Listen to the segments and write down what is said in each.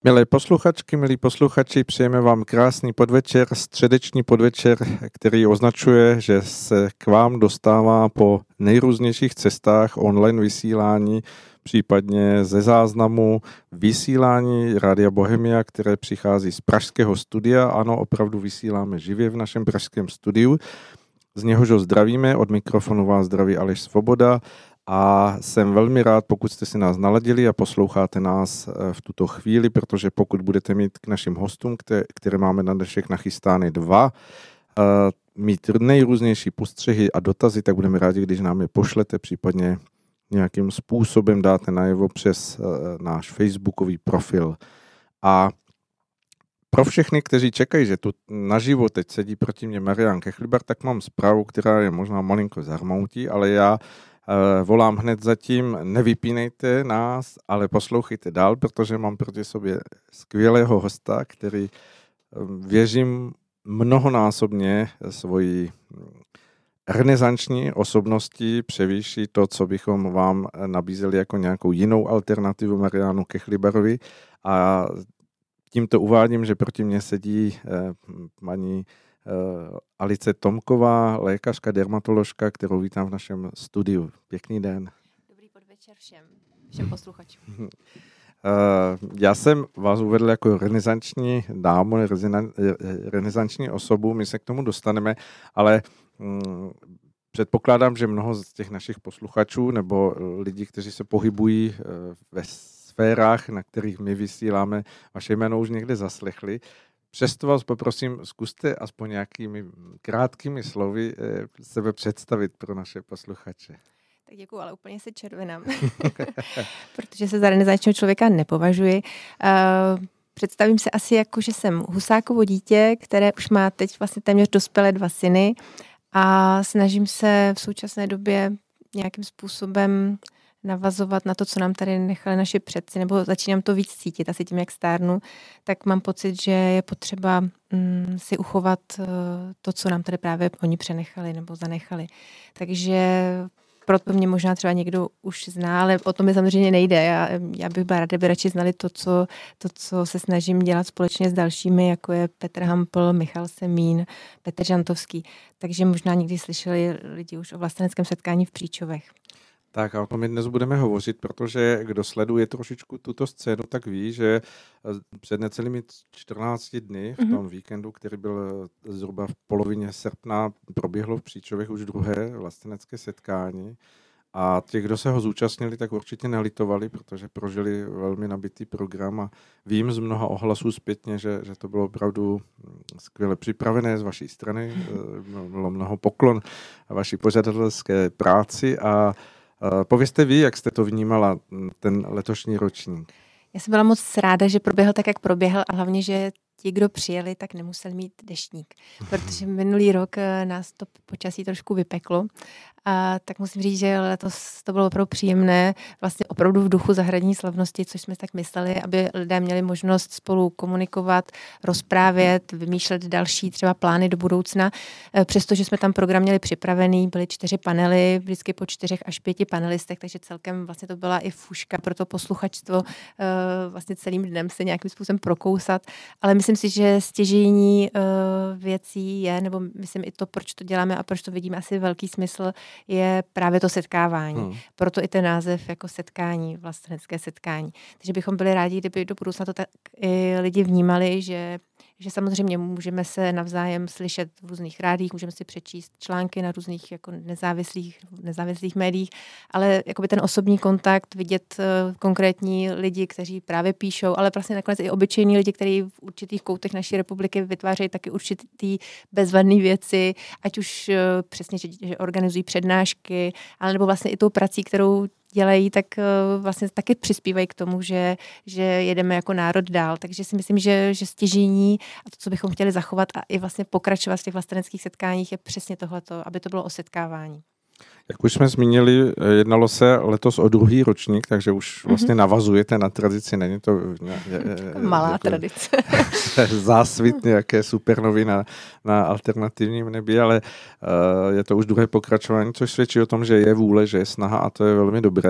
Milé posluchačky, milí posluchači, přejeme vám krásný podvečer, středeční podvečer, který označuje, že se k vám dostává po nejrůznějších cestách online vysílání, případně ze záznamu vysílání Rádia Bohemia, které přichází z pražského studia. Ano, opravdu vysíláme živě v našem pražském studiu. Z něhož ho zdravíme, od mikrofonu vás zdraví Aleš Svoboda. A jsem velmi rád, pokud jste si nás naladili a posloucháte nás v tuto chvíli, protože pokud budete mít k našim hostům, které máme na dnešek nachystány 2, mít nejrůznější postřehy a dotazy, tak budeme rádi, když nám je pošlete, případně nějakým způsobem dáte najevo přes náš facebookový profil. A pro všechny, kteří čekají, že tu naživo teď sedí proti mě Marián Kechlibar, tak mám zprávu, která je možná malinko zarmoutí, ale já volám hned zatím, nevypínejte nás, ale poslouchejte dál, protože mám proti sobě skvělého hosta, který, věřím, mnohonásobně svojí renesanční osobností převýší to, co bychom vám nabízeli jako nějakou jinou alternativu Mariánu Kechlibarovi. A tímto uvádím, že proti mně sedí paní Alice Tomková, lékařka, dermatoložka, kterou vítám v našem studiu. Pěkný den. Dobrý podvečer všem posluchačům. Já jsem vás uvedl jako renesanční dámu, renesanční osobu, my se k tomu dostaneme, ale předpokládám, že mnoho z těch našich posluchačů nebo lidí, kteří se pohybují ve sférách, na kterých my vysíláme, vaše jméno už někde zaslechli. Přesto vás poprosím, zkuste aspoň nějakými krátkými slovy sebe představit pro naše posluchače. Tak děkuju, ale úplně se červenám, protože se za renesančního člověka nepovažuji. Představím se asi jako, že jsem Husákovo dítě, které už má teď vlastně téměř dospělé 2 syny a snažím se v současné době nějakým způsobem navazovat na to, co nám tady nechali naši předci, nebo začínám to víc cítit, asi tím, jak stárnu, tak mám pocit, že je potřeba si uchovat to, co nám tady právě oni přenechali nebo zanechali. Takže proto mě možná třeba někdo už zná, ale o tom mi samozřejmě nejde. Já bych byla ráda, kdyby radši znali to, co se snažím dělat společně s dalšími, jako je Petr Hampl, Michal Semín, Petr Žantovský. Takže možná někdy slyšeli lidi už o vlasteneckém setkání v Příčovech. Tak a o tom my dnes budeme hovořit, protože kdo sleduje trošičku tuto scénu, tak ví, že před necelými 14 dny v tom víkendu, který byl zhruba v polovině srpna, proběhlo v Příčovech už 2. vlastenecké setkání. A těch, kdo se ho zúčastnili, tak určitě nelitovali, protože prožili velmi nabitý program a vím z mnoha ohlasů zpětně, že to bylo opravdu skvěle připravené z vaší strany. Bylo mnoho poklon vaší pořadatelské práci a povězte vy, jak jste to vnímala, ten letošní ročník. Já jsem byla moc ráda, že proběhl tak, jak proběhl a hlavně, že ti, kdo přijeli, tak nemuseli mít deštník, protože minulý rok nás to počasí trošku vypeklo. A tak musím říct, že letos to bylo opravdu příjemné, vlastně opravdu v duchu zahradní slavnosti, což jsme tak mysleli, aby lidé měli možnost spolu komunikovat, rozprávět, vymýšlet další třeba plány do budoucna. Přestože jsme tam program měli připravený, byly 4 panely, vždycky po 4 až 5 panelistech, takže celkem vlastně to byla i fuška pro to posluchačstvo vlastně celým dnem se nějakým způsobem prokousat. Ale myslím si, že stěžejní věcí je, nebo myslím i to, proč to děláme a proč to vidíme asi velký smysl, je právě to setkávání. Proto i ten název jako setkání, vlastenecké setkání. Takže bychom byli rádi, kdyby do budoucna to tak i lidi vnímali, že samozřejmě můžeme se navzájem slyšet v různých rádích, můžeme si přečíst články na různých jako nezávislých médiích, ale jakoby ten osobní kontakt, vidět konkrétní lidi, kteří právě píšou, ale vlastně nakonec i obyčejní lidi, kteří v určitých koutech naší republiky vytvářejí taky určitý bezvadné věci, ať už přesně, že organizují přednášky, ale nebo vlastně i tou prací, kterou dělají, tak vlastně taky přispívají k tomu, že jedeme jako národ dál. Takže si myslím, že stěžejní a to, co bychom chtěli zachovat a i vlastně pokračovat v těch vlasteneckých setkáních, je přesně tohleto, aby to bylo o setkávání. Jak už jsme zmínili, jednalo se letos o 2. ročník, takže už vlastně navazujete na tradici, není to malá jako tradice. Zásvit nějaké supernový na alternativním nebi, ale je to už 2. pokračování, což svědčí o tom, že je vůle, že je snaha a to je velmi dobré.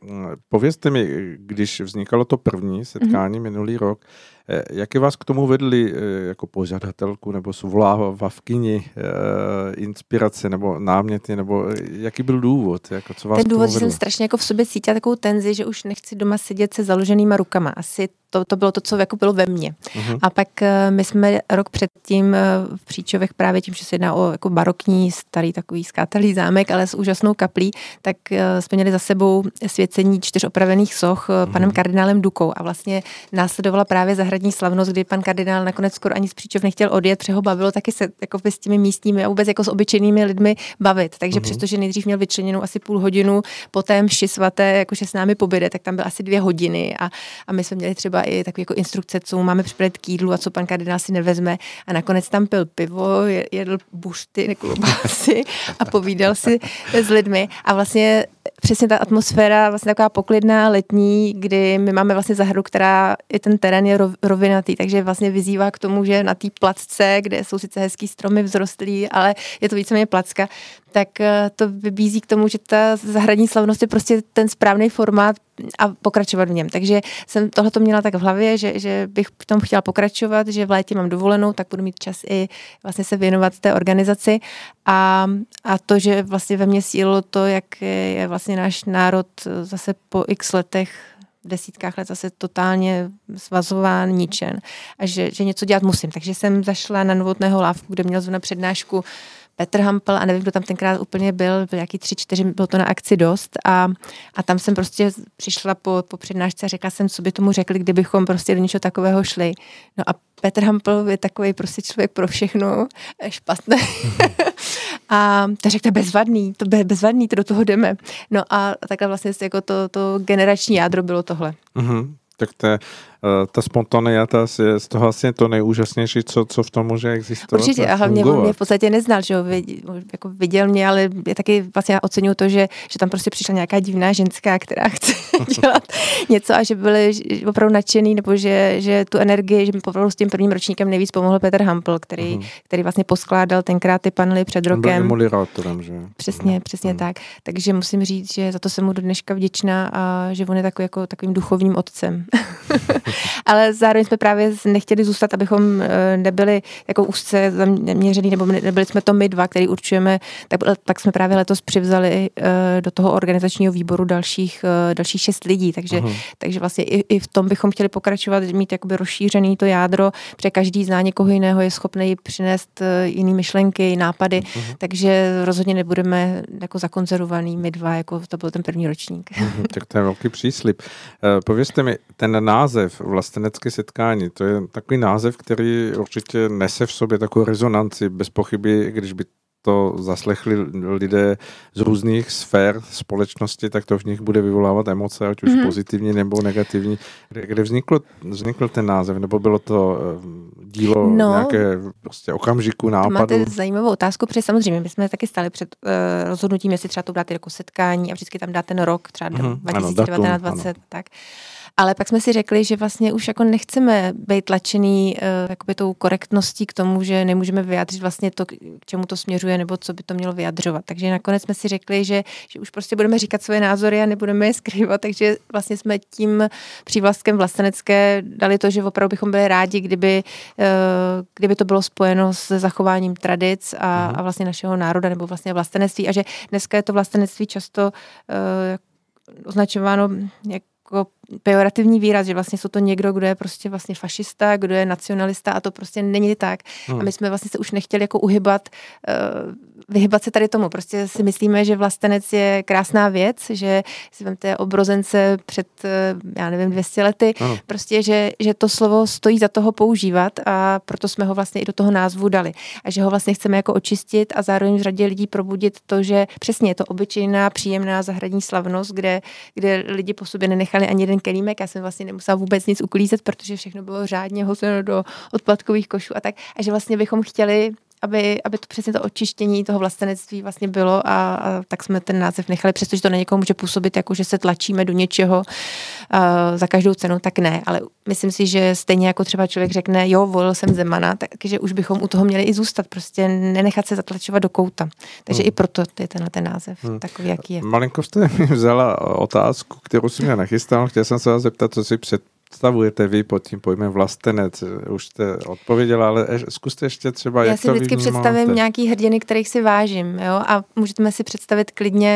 povězte mi, když vznikalo to první setkání minulý rok, jaké vás k tomu vedli jako požadatelku nebo svolávavkyni inspirace nebo náměty, nebo jaký byl důvod? Jako, co vás ten důvod, že jsem strašně jako v sobě cítila takovou tenzi, že už nechci doma sedět se založenýma rukama. Asi to bylo to, co jako bylo ve mně. A pak my jsme rok předtím v Příčovech právě tím, že se jedná o jako barokní, starý takový skátalý zámek, ale s úžasnou kaplí, tak jsme měli za sebou svěcení 4 opravených soch panem kardinálem Dukou a vlastně následovala právě zahradní slavnost, kdy pan kardinál nakonec skoro ani z Příčov nechtěl odjet, protože ho bavilo taky se jako s těmi místními a vůbec jako s obyčejnými lidmi bavit. Takže přestože nejdřív měl vyčleněnou asi půl hodinu, poté mši svaté, jakože s námi pobyde, tak tam byl asi 2 hodiny a my jsme měli třeba i takové jako instrukce, co máme připravit k jídlu a co pan kardinál si nevezme. A nakonec tam pil pivo, jedl bušty, klobásy a povídal si s lidmi. A vlastně přesně ta atmosféra, vlastně taková poklidná letní, kdy my máme vlastně zahradu, která i ten terén je rovinatý, takže vlastně vyzývá k tomu, že na té placce, kde jsou sice hezký stromy vzrostlý, ale je to víceméně placka, tak to vybízí k tomu, že ta zahradní slavnost je prostě ten správný formát a pokračovat v něm. Takže jsem tohleto měla tak v hlavě, že bych v tom chtěla pokračovat, že v létě mám dovolenou, tak budu mít čas i vlastně se věnovat té organizaci a to, že vlastně ve mně sílilo to, jak je vlastně náš národ zase po x letech, desítkách let zase totálně svazován, ničen a že něco dělat musím. Takže jsem zašla na Novotného lávku, kde měl zrovna přednášku Petr Hampl a nevím, kdo tam tenkrát úplně byl nějaký 3-4, bylo to na akci Dost a tam jsem prostě přišla po přednášce a řekla jsem, co by tomu řekli, kdybychom prostě do něčeho takového šli. No a Petr Hampl je takový prostě člověk pro všechno, špatný. A tak řekl, to je bezvadný, to do toho jdeme. No a takhle vlastně jako to generační jádro bylo tohle. Tak ta spontaniata je z toho vlastně to nejúžasnější, co v tom může existovat. Určitě a hlavně on mě v podstatě neznal, že jo, jako viděl mě, ale je taky vlastně oceňuju to, že tam prostě přišla nějaká divná ženská, která chce dělat něco a že byli opravdu nadšený, nebo že tu energii, že mi opravdu s tím prvním ročníkem nejvíc pomohl Petr Hampl, který vlastně poskládal tenkrát ty panely před rokem. Byl moderátorem, že? Přesně tak. Takže musím říct, že za to jsem mu do dneška vděčná a že on je takový jako takovým duchovním otcem. Ale zároveň jsme právě nechtěli zůstat, abychom nebyli jako úzce zaměřený, nebo nebyli jsme to my dva, který určujeme, tak jsme právě letos přivzali do toho organizačního výboru dalších 6 lidí, takže vlastně i v tom bychom chtěli pokračovat, mít jakoby rozšířený to jádro, protože každý zná někoho jiného, je schopný přinést jiné myšlenky, nápady, takže rozhodně nebudeme jako zakonzervovaný my dva, jako to byl ten první ročník. Tak to je velký příslib. Povězte mi, ten název vlastenecké setkání, to je takový název, který určitě nese v sobě takovou rezonanci, bez pochyby, když by to zaslechli lidé z různých sfér společnosti, tak to v nich bude vyvolávat emoce, ať už pozitivní nebo negativní. Kde vznikl ten název, nebo bylo to dílo nějaké prostě okamžiku, nápadu? Máte zajímavou otázku, protože samozřejmě my jsme taky stali před rozhodnutím, jestli třeba to dáte jako setkání a vždycky tam dá ten rok, třeba 2019-2020, tak. Ale pak jsme si řekli, že vlastně už jako nechceme být tlačený jakoby tou korektností k tomu, že nemůžeme vyjádřit vlastně to, k čemu to směřuje, nebo co by to mělo vyjadřovat. Takže nakonec jsme si řekli, že už prostě budeme říkat svoje názory a nebudeme je skrývat, takže vlastně jsme tím přívlastkem vlastenecké dali to, že opravdu bychom byli rádi, kdyby to bylo spojeno s zachováním tradic a vlastně našeho národa, nebo vlastně vlastenectví. A že dneska je to vlastenectví často označováno jako pejorativní výraz, že vlastně jsou to někdo, kdo je prostě vlastně fašista, kdo je nacionalista a to prostě není tak. A my jsme vlastně se už nechtěli jako vyhybat se tady tomu. Prostě si myslíme, že vlastenec je krásná věc, že si vemte obrozence před, 200 lety, prostě, že to slovo stojí za toho používat a proto jsme ho vlastně i do toho názvu dali. A že ho vlastně chceme jako očistit a zároveň v řadě lidí probudit to, že přesně je to obyčejná, příjemná zahradní slavnost, kde lidi po sobě nenechali ani jeden kelímek. Já jsem vlastně nemusela vůbec nic uklízet, protože všechno bylo řádně hozeno do odpadkových košů a tak. A že vlastně bychom chtěli, aby to přesně to očištění toho vlastenectví vlastně bylo a tak jsme ten název nechali, přestože to na někoho může působit jako, že se tlačíme do něčeho za každou cenu, tak ne, ale myslím si, že stejně jako třeba člověk řekne, jo, volil jsem Zemana, takže už bychom u toho měli i zůstat, prostě nenechat se zatlačovat do kouta. Takže i proto je tenhle ten název takový, jaký je. Malinko jste mi vzala otázku, kterou jsem měl nachystal. Chtěl jsem se vás zeptat, co si představujete vy pod tím pojmem vlastenec. Už jste odpověděla, ale zkuste ještě třeba, jak to vy vždycky představím nějaký hrdiny, kterých si vážím. Jo? A můžeme si představit klidně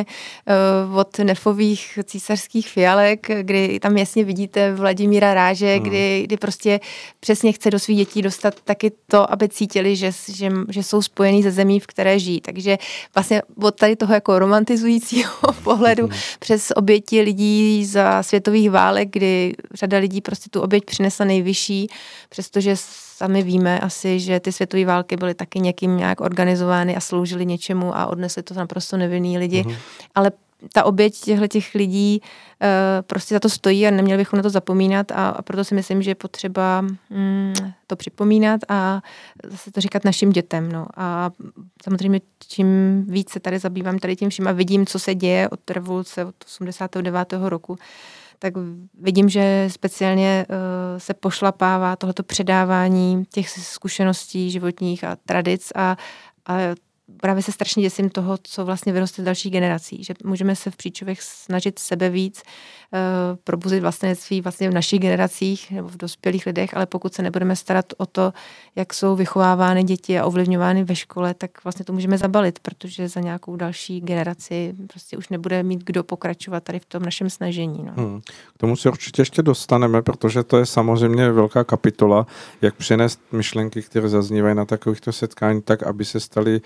od nefových císařských fialek, kdy tam jasně vidíte Vladimíra Ráže, kdy prostě přesně chce do svých dětí dostat taky to, aby cítili, že jsou spojení ze zemí, v které žijí. Takže vlastně od tady toho jako romantizujícího pohledu přes oběti lidí za světových válek, kdy řada lidí prostě tu oběť přinesla nejvyšší, přestože sami víme asi, že ty světové války byly taky někým nějak organizovány a sloužily něčemu a odnesli to naprosto nevinný lidi. Ale ta oběť těch lidí prostě za to stojí a neměli bychom na to zapomínat a proto si myslím, že je potřeba to připomínat a zase to říkat našim dětem. No. A samozřejmě čím víc se tady zabývám tady tím vším a vidím, co se děje od revoluce od 89. roku, tak vidím, že speciálně se pošlapává tohleto předávání těch zkušeností životních a tradic a právě se strašně děsím toho, co vlastně vyroste z dalších generací. Že můžeme se v Příčovech snažit sebe víc probuzit vlastenectví vlastně v našich generacích nebo v dospělých lidech, ale pokud se nebudeme starat o to, jak jsou vychovávány děti a ovlivňovány ve škole, tak vlastně to můžeme zabalit, protože za nějakou další generaci prostě už nebude mít kdo pokračovat tady v tom našem snažení. No. K tomu se určitě ještě dostaneme, protože to je samozřejmě velká kapitola, jak přenést myšlenky, které zaznívají na takovýchto setkání, tak, aby se staly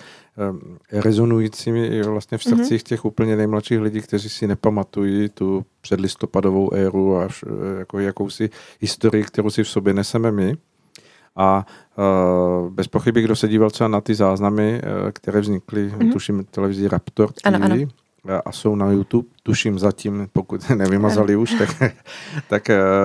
rezonujícími vlastně v srdcích těch úplně nejmladších lidí, kteří si nepamatují tu předlistopadovou éru a jako jakousi historii, kterou si v sobě neseme my. A bez pochyby, kdo se díval třeba na ty záznamy, které vznikly, tuším, televizí Raptor TV, ano. A jsou na YouTube, tuším zatím, pokud nevymazali už, tak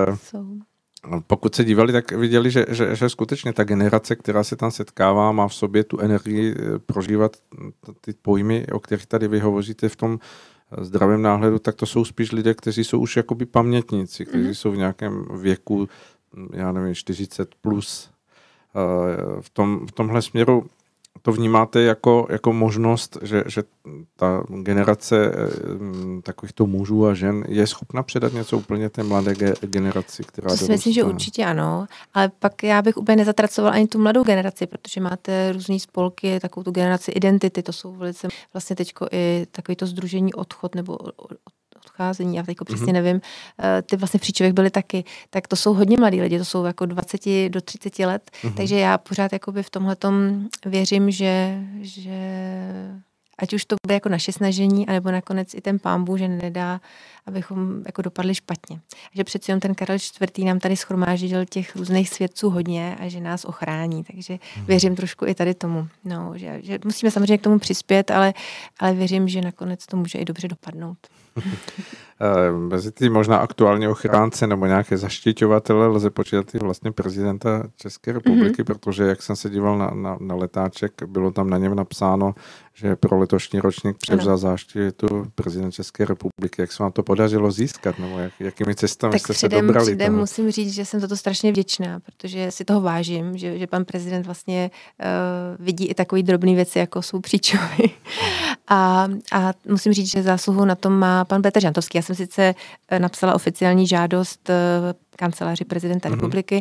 pokud se dívali, tak viděli, že skutečně ta generace, která se tam setkává, má v sobě tu energii prožívat ty pojmy, o kterých tady vy hovoříte v tom zdravém náhledu, tak to jsou spíš lidé, kteří jsou už jakoby pamětníci, kteří jsou v nějakém věku, já nevím, 40 plus. V tomhle směru to vnímáte jako možnost, že ta generace takovýchto mužů a žen je schopna předat něco úplně té mladé generaci, která to si myslím, že určitě ano, ale pak já bych úplně nezatracoval ani tu mladou generaci, protože máte různý spolky, takovou tu generaci identity, to jsou velice vlastně teďko i takový to sdružení odchod nebo odcházení, já teďko přesně nevím, ty vlastně v Příčovech byly taky, tak to jsou hodně mladí lidi, to jsou jako 20 do 30 let, takže já pořád jakoby v tomhletom věřím, že ať už to bude jako naše snažení, anebo nakonec i ten Pán Bůh, že nedá, abychom jako dopadli špatně. A že přeci jenom ten Karel IV. Nám tady shromáždil těch různých svědců hodně a že nás ochrání, takže věřím trošku i tady tomu. No, že musíme samozřejmě k tomu přispět, ale věřím, že nakonec to může i dobře dopadnout. Mezi ty možná aktuální ochránce nebo nějaké zaštiťovatele lze počítat i vlastně prezidenta České republiky, protože jak jsem se díval na letáček, bylo tam na něm napsáno, že pro letošní ročník převzal záštitu prezident České republiky. Jak se vám to podařilo získat, nebo jakými cestami jste se dobrali? Předem musím říct, že jsem za to strašně vděčná, protože si toho vážím, že pan prezident vlastně vidí i takový drobný věci, jako jsou Příčovy. A musím říct, že zásluhu na tom má pan Petr Žantovský. Já jsem sice napsala oficiální žádost kanceláři prezidenta republiky,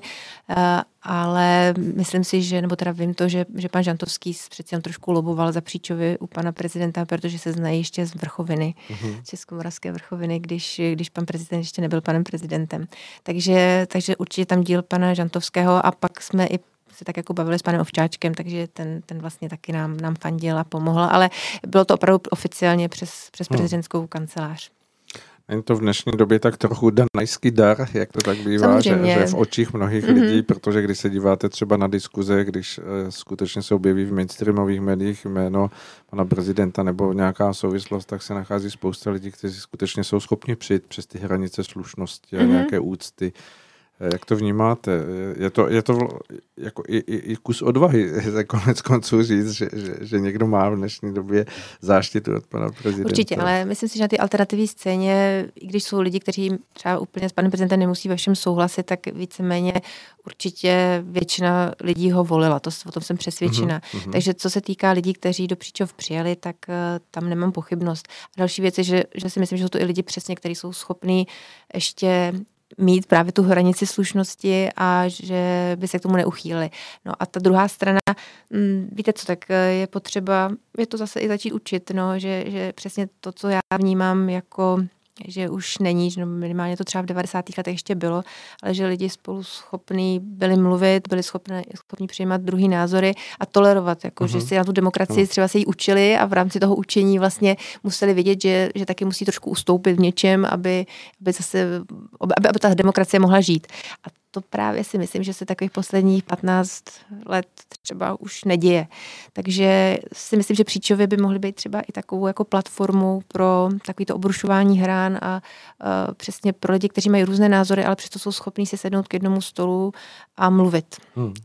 ale myslím si, že, nebo teda vím to, že pan Žantovský přeci jen trošku loboval za Příčovy u pana prezidenta, protože se znají ještě z Vrchoviny, Českomoravské Vrchoviny, když pan prezident ještě nebyl panem prezidentem. Takže určitě tam díl pana Žantovského a pak jsme i se tak jako bavili s panem Ovčáčkem, takže ten vlastně taky nám fandil a pomohl, ale bylo to opravdu oficiálně přes prezidentskou kancelář. Není to v dnešní době tak trochu danajský dar, jak to tak bývá, že v očích mnohých lidí, protože když se díváte třeba na diskuze, když skutečně se objeví v mainstreamových médiích jméno pana prezidenta nebo nějaká souvislost, tak se nachází spousta lidí, kteří skutečně jsou schopni přijít přes ty hranice slušnosti a nějaké úcty. Jak to vnímáte? Je to jako i kus odvahy se konec konců říct, že někdo má v dnešní době záštitu od pana prezidenta. Určitě, ale myslím si, že na té alternativní scéně, i když jsou lidi, kteří třeba úplně s panem prezidentem nemusí ve všem souhlasit, tak víceméně určitě většina lidí ho volila. O tom jsem přesvědčena. Takže co se týká lidí, kteří do Příčov přijeli, tak tam nemám pochybnost. A další věc je, že si myslím, že jsou to i lidi přesně, kteří jsou schopní ještě mít právě tu hranici slušnosti a že by se k tomu neuchýlili. No a ta druhá strana, víte co, tak je potřeba, je to zase i začít učit, no, že přesně to, co já vnímám jako, že už není, že minimálně to třeba v 90. letech ještě bylo, ale že lidi spolu schopní byli mluvit, byli schopní přijímat druhý názory a tolerovat, jako, že si na tu demokracii třeba se jí učili a v rámci toho učení vlastně museli vědět, že taky musí trošku ustoupit v něčem, aby ta demokracie mohla žít. A to právě si myslím, že se takových posledních 15 let třeba už neděje. Takže si myslím, že Příčovy by mohly být třeba i takovou jako platformou pro takovýto obrušování hrán a přesně pro lidi, kteří mají různé názory, ale přesto jsou schopní si sednout k jednomu stolu a mluvit.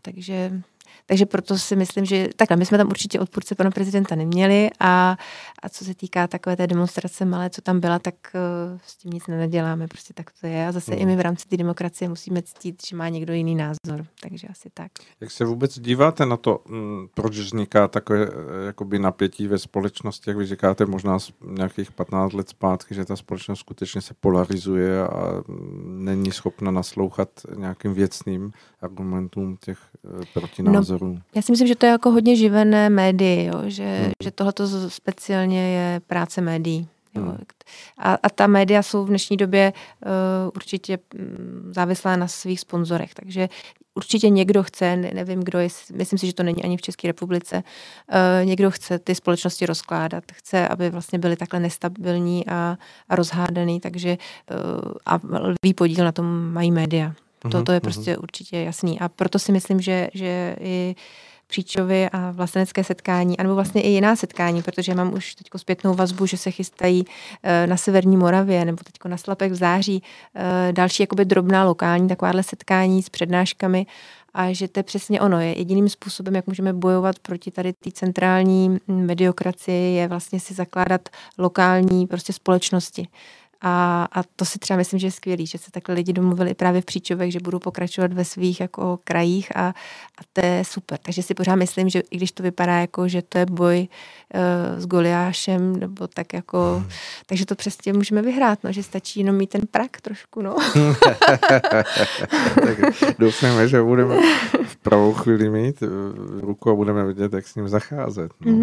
Takže proto si myslím, že takhle, my jsme tam určitě odpůrce pana prezidenta neměli a co se týká takové té demonstrace malé, co tam byla, tak s tím nic neděláme, prostě tak to je. A zase i my v rámci té demokracie musíme ctít, že má někdo jiný názor, takže asi tak. Jak se vůbec díváte na to, proč vzniká takové jakoby napětí ve společnosti, jak vy říkáte, možná z nějakých 15 let zpátky, že ta společnost skutečně se polarizuje a není schopna naslouchat nějakým věcným argumentům těch protinázorů? Já si myslím, že to je jako hodně živené médii, jo? Že tohleto speciálně je práce médií. Jo? A ta média jsou v dnešní době určitě závislá na svých sponzorech, takže určitě někdo chce, nevím kdo je, myslím si, že to není ani v České republice, někdo chce ty společnosti rozkládat, chce, aby vlastně byly takhle nestabilní a rozhádaný, takže a lví podíl na tom mají média. To je prostě určitě jasný. A proto si myslím, že i Příčovy a vlastenecké setkání, anebo vlastně i jiná setkání, protože mám už teďko zpětnou vazbu, že se chystají na Severní Moravě nebo teďko na Slapech v září další jakoby drobná lokální takováhle setkání s přednáškami a že to je přesně ono. Je jediným způsobem, jak můžeme bojovat proti tady té centrální mediokracii, je vlastně si zakládat lokální prostě společnosti. A to si třeba myslím, že je skvělý, že se takhle lidi domluvili právě v Příčovech, že budou pokračovat ve svých jako krajích a to je super. Takže si pořád myslím, že i když to vypadá jako, že to je boj s Goliášem, nebo tak jako, takže to přesně můžeme vyhrát, no, že stačí jenom mít ten prak trošku, no. Tak doufáme, že budeme v pravou chvíli mít v ruku a budeme vidět, jak s ním zacházet. No.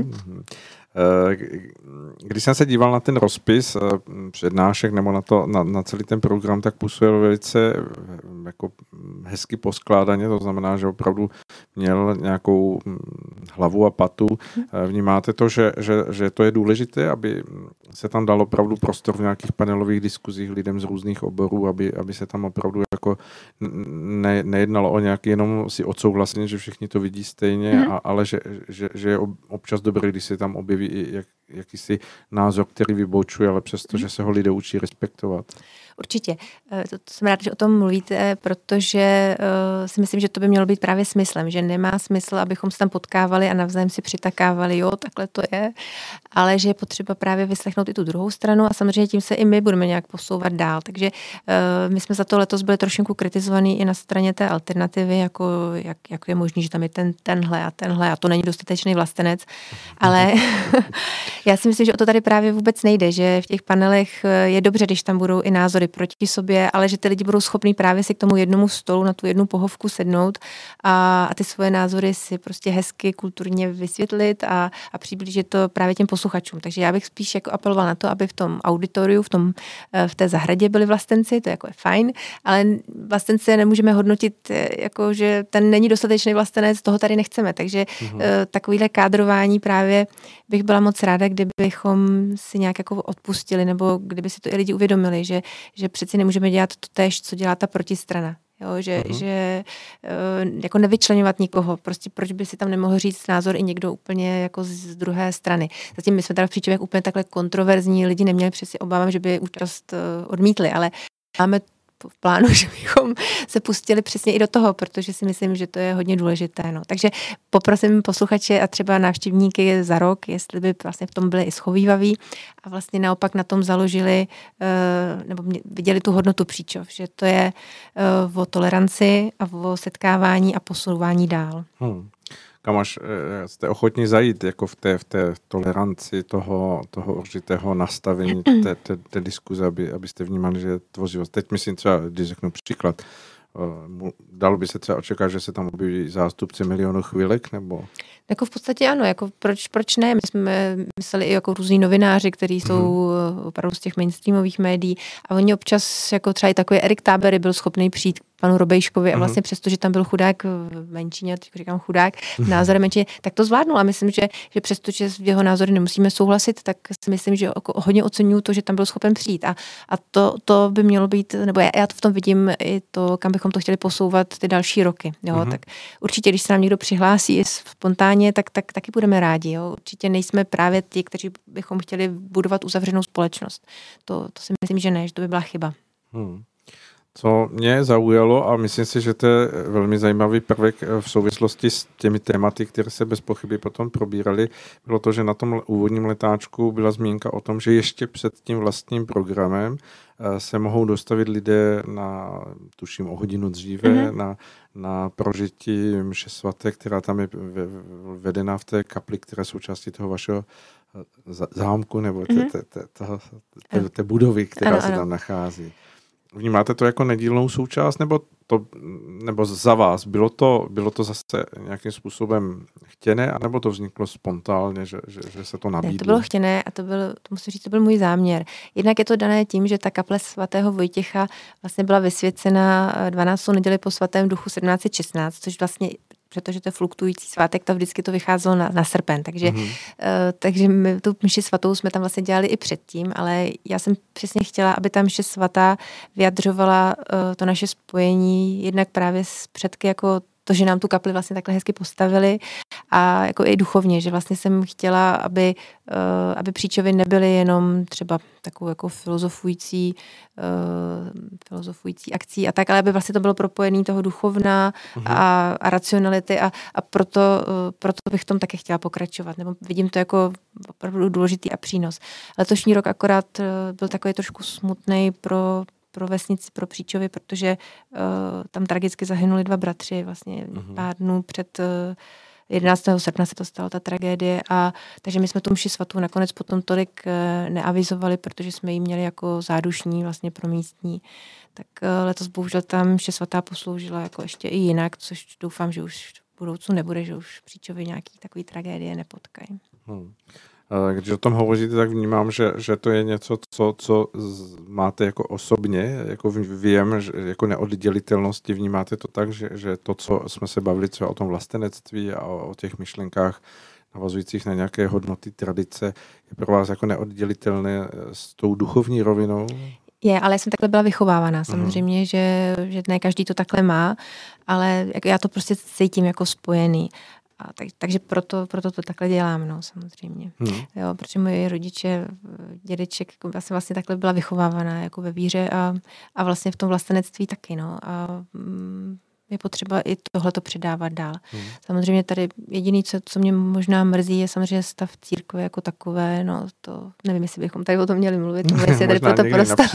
Když jsem se díval na ten rozpis přednášek nebo na celý ten program, tak působil velice jako hezky poskládaně, to znamená, že opravdu měl nějakou hlavu a patu. Vnímáte to, že to je důležité, aby se tam dalo opravdu prostor v nějakých panelových diskuzích lidem z různých oborů, aby se tam opravdu jako nejednalo o nějaký jenom si odsouhlasení, že všichni to vidí stejně, ale že je občas dobré, když se tam objeví i jakýsi názor, který vybočuje, ale přesto, že se ho lidé učí respektovat. Určitě. To jsem rád, že o tom mluvíte, protože si myslím, že to by mělo být právě smyslem, že nemá smysl, abychom se tam potkávali a navzájem si přitakávali, jo, takhle to je, ale že je potřeba právě vyslechnout i tu druhou stranu a samozřejmě tím se i my budeme nějak posouvat dál. Takže my jsme za to letos byli trošku kritizovaní i na straně té alternativy, jako jak je možný, že tam je tenhle a to není dostatečný vlastenec, ale já si myslím, že o to tady právě vůbec nejde, že v těch panelech je dobře, když tam budou i názory proti sobě, ale že ty lidi budou schopní právě si k tomu jednomu stolu, na tu jednu pohovku sednout a ty svoje názory si prostě hezky, kulturně vysvětlit a přiblížit to právě těm posluchačům. Takže já bych spíš jako apeloval na to, aby v tom auditoriu, v té zahradě byli vlastenci, to jako je fajn, ale vlastence nemůžeme hodnotit jako, že ten není dostatečný vlastenec, toho tady nechceme. Takže takovýhle kádrování právě bych byla moc ráda, kdybychom si nějak jako odpustili, nebo kdyby si to i lidi uvědomili, že přeci nemůžeme dělat to též, co dělá ta protistrana. Jo, že jako nevyčleňovat nikoho. Prostě proč by si tam nemohl říct názor i někdo úplně jako z druhé strany. Zatím my jsme teda v Příčovech úplně takhle kontroverzní lidi neměli, přeci obávám, že by účast odmítli, ale máme v plánu, že bychom se pustili přesně i do toho, protože si myslím, že to je hodně důležité. No. Takže poprosím posluchače a třeba návštěvníky za rok, jestli by vlastně v tom byli i schovývaví a vlastně naopak na tom založili nebo viděli tu hodnotu Příčov, že to je o toleranci a o setkávání a posouvání dál. Kam až jste ochotní zajít jako v té toleranci toho určitého nastavení té diskuze, abyste vnímali, že je tvořivost. Teď myslím třeba, když řeknu příklad, dalo by se třeba očekávat, že se tam objeví zástupci Milionu chvílek, nebo? Jako v podstatě ano, jako proč ne? My jsme mysleli i jako různí novináři, kteří jsou opravdu z těch mainstreamových médií a oni občas, jako třeba i takový Erik Tábery byl schopný přijít k panu Robejškovi a vlastně přesto, že tam byl chudák v menšině, teď říkám chudák, v názoře menšině, tak to zvládnul a myslím, že přesto, že v jeho názory nemusíme souhlasit, tak si myslím, že hodně oceňuju to, že tam byl schopen přijít a to by mělo být, nebo já to v tom vidím i to, kam bychom to chtěli posouvat ty další roky. Jo? Tak určitě, když se nám někdo přihlásí spontánně, tak taky budeme rádi. Jo? Určitě nejsme právě ti, kteří bychom chtěli budovat uzavřenou společnost. To si myslím, že ne, že to by byla chyba. Co mě zaujalo a myslím si, že to je velmi zajímavý prvek v souvislosti s těmi tématy, které se bez pochyby potom probíraly, bylo to, že na tom úvodním letáčku byla zmínka o tom, že ještě před tím vlastním programem se mohou dostavit lidé na, tuším, o hodinu dříve, na prožití mše svaté, která tam je vedená v té kapli, která je součástí toho vašeho zámku nebo té budovy, která se tam nachází. Vnímáte to jako nedílnou součást, nebo za vás? Bylo to zase nějakým způsobem chtěné, anebo to vzniklo spontánně, že se to nabídlo? Ne, to bylo chtěné a to musím říct, to byl můj záměr. Jednak je to dané tím, že ta kaple svatého Vojtěcha vlastně byla vysvěcena 12. neděli po svatém duchu 1716, což vlastně protože to je fluktující svátek, to vždycky to vycházelo na srpen, takže my tu mši svatou jsme tam vlastně dělali i předtím, ale já jsem přesně chtěla, aby ta mše svatá vyjadřovala to naše spojení jednak právě s předky, jako to, že nám tu kapli vlastně takhle hezky postavili a jako i duchovně, že vlastně jsem chtěla, aby Příčovy nebyly jenom třeba takovou jako filozofující akcí a tak, ale aby vlastně to bylo propojené toho duchovna a racionality a proto bych v tom také chtěla pokračovat, nebo vidím to jako opravdu důležitý a přínos. Letošní rok akorát byl takový trošku smutný pro vesnici, pro Příčovy, protože tam tragicky zahynuli 2 bratři, vlastně pár dnů před 11. srpna se to stalo, ta tragédie, takže my jsme tu mši svatou nakonec potom tolik neavizovali, protože jsme ji měli jako zádušní vlastně pro místní. Tak letos bohužel tam mše svatá posloužila jako ještě i jinak, což doufám, že už v budoucnu nebude, že už Příčovy nějaký takový tragédie nepotkají. Když o tom hovoříte, tak vnímám, že to je něco, co máte jako osobně, jako vím, že jako neoddělitelnosti, vnímáte to tak, že to, co jsme se bavili třeba o tom vlastenectví a o těch myšlenkách navazujících na nějaké hodnoty, tradice, je pro vás jako neoddělitelné s tou duchovní rovinou? Je, ale já jsem takhle byla vychovávaná. Samozřejmě, že ne každý to takhle má, ale já to prostě cítím jako spojený. Takže proto to takhle dělám, no, samozřejmě. Jo, protože moje rodiče, dědeček, já jsem vlastně takhle byla vychovávaná jako ve víře a vlastně v tom vlastenectví taky, no. A je potřeba i tohleto předávat dál. Samozřejmě tady jediný, co mě možná mrzí, je samozřejmě stav církve jako takové, no to nevím, jestli bychom tady o tom měli mluvit, jestli tady proto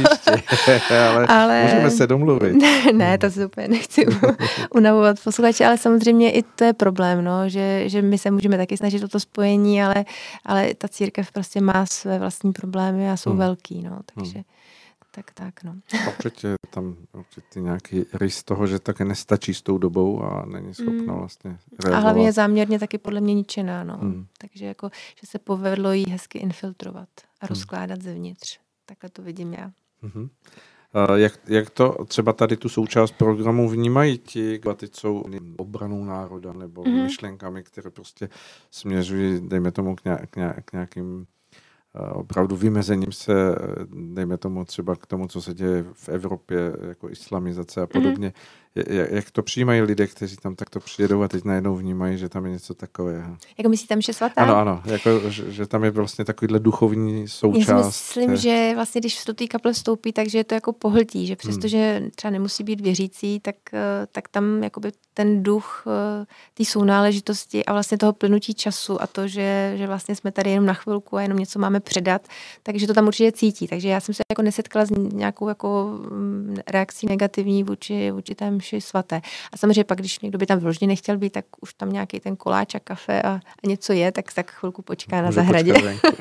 ale můžeme se domluvit. Ne, to se úplně nechci unavovat posluchače, ale samozřejmě i to je problém, no, že my se můžeme taky snažit o to spojení, ale ta církev prostě má své vlastní problémy a jsou velký, no, takže tak, no. Určitě tam nějaký rys toho, že také nestačí s tou dobou a není schopna vlastně reagovat. A hlavně je záměrně taky podle mě ničená, no. Takže jako, že se povedlo jí hezky infiltrovat a rozkládat zevnitř. Takhle to vidím já. Jak to třeba tady tu součást programu vnímají ti, kdo jsou obranou národa nebo myšlenkami, které prostě směřují, dejme tomu, k nějakým opravdu vymezením se, dejme tomu třeba k tomu, co se děje v Evropě, jako islamizace a podobně. Jak to přijímají lidé, kteří tam takto přijedou a teď najednou vnímají, že tam je něco takového? Jako myslíte mše svatá? Ano, jako, že tam je vlastně takovýhle duchovní součást. Já si myslím, že vlastně, když do té kaple vstoupí, takže je to jako pohltí, že přestože třeba nemusí být věřící, tak tam jakoby ten duch té sounáležitosti a vlastně toho plynutí času a to, že vlastně jsme tady jenom na chvilku a jenom něco máme předat, takže to tam určitě cítí. Takže já jsem se jako nesetkala s nějakou jako reakcí negativní vůči té mši svaté. A samozřejmě pak, když někdo by tam vložně nechtěl být, tak už tam nějaký ten koláč a kafe a něco je, tak chvilku počká na zahradě.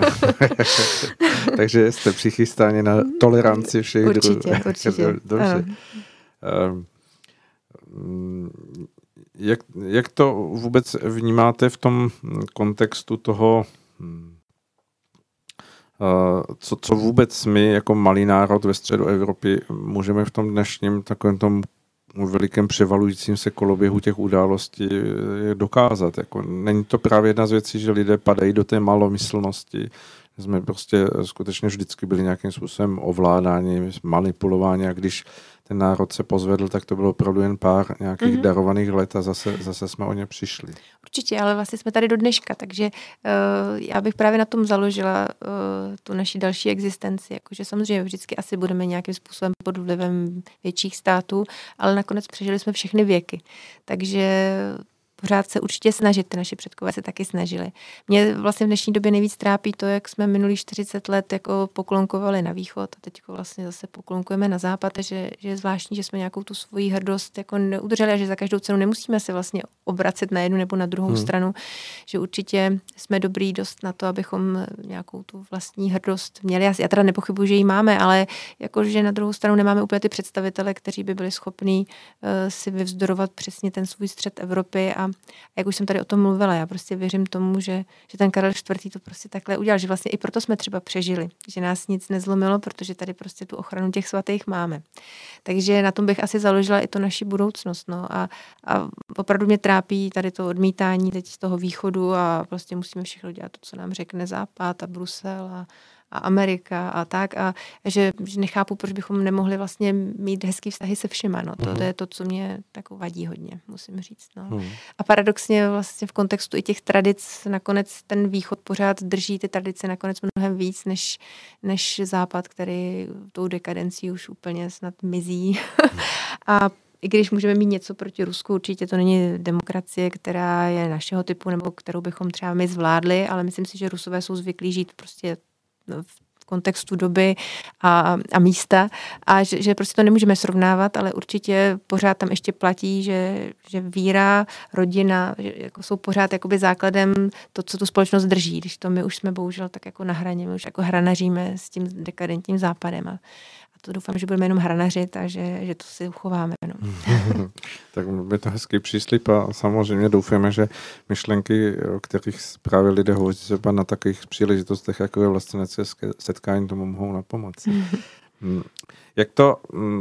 Takže jste přichystáni na toleranci všech druhů. Určitě. Dobře. Jak to vůbec vnímáte v tom kontextu toho, co vůbec my jako malý národ ve středu Evropy můžeme v tom dnešním takovém tom velikém převalujícím se koloběhu těch událostí dokázat. Jako, není to právě jedna z věcí, že lidé padají do té malomyslnosti. Jsme prostě skutečně vždycky byli nějakým způsobem ovládáni, manipulováni a když ten národ se pozvedl, tak to bylo opravdu jen pár nějakých darovaných let a zase jsme o ně přišli. Určitě, ale vlastně jsme tady do dneška, takže já bych právě na tom založila tu naši další existenci, jakože samozřejmě vždycky asi budeme nějakým způsobem pod vlivem větších států, ale nakonec přežili jsme všechny věky. Takže pořád se určitě snažit, ty naši předkové se taky snažili. Mě vlastně v dnešní době nejvíc trápí to, jak jsme minulých 40 let jako poklonkovali na východ a teď vlastně zase poklonkujeme na západ, že je zvláštní, že jsme nějakou tu svoji hrdost jako neudrželi a že za každou cenu nemusíme se vlastně obracet na jednu nebo na druhou stranu, že určitě jsme dobrý dost na to, abychom nějakou tu vlastní hrdost měli. Já teda nepochybuji, že ji máme, ale jakože na druhou stranu nemáme úplně ty představitele, kteří by byli schopní si vyvzdorovat přesně ten svůj střed Evropy a jak už jsem tady o tom mluvila, já prostě věřím tomu, že ten Karel IV. To prostě takhle udělal, že vlastně i proto jsme třeba přežili, že nás nic nezlomilo, protože tady prostě tu ochranu těch svatých máme. Takže na tom bych asi založila i to naši budoucnost. No. A opravdu mě trápí tady to odmítání teď z toho východu a prostě musíme všechno dělat to, co nám řekne Západ a Brusel a Amerika a tak a že nechápu, proč bychom nemohli vlastně mít hezký vztahy se všema. No. To je to, co mě tak vadí hodně, musím říct. No. A paradoxně vlastně v kontextu i těch tradic nakonec ten východ pořád drží ty tradice nakonec mnohem víc než západ, který tou dekadencí už úplně snad mizí. A i když můžeme mít něco proti Rusku, určitě to není demokracie, která je našeho typu nebo kterou bychom třeba my zvládli, ale myslím si, že Rusové jsou zvyklí žít prostě v kontextu doby a místa a že prostě to nemůžeme srovnávat, ale určitě pořád tam ještě platí, že víra, rodina jako jsou pořád jakoby základem to, co tu společnost drží, když to my už jsme bohužel tak jako na hraně, my už jako hranaříme s tím dekadentním západem a to doufám, že budeme jenom hranařit a že to si uchováme. No. Tak by to hezký příslib a samozřejmě doufáme, že myšlenky, o kterých právě lidé hovoří třeba na takových příležitostech, jako je vlastenecké setkání, tomu mohou napomoci. Jak to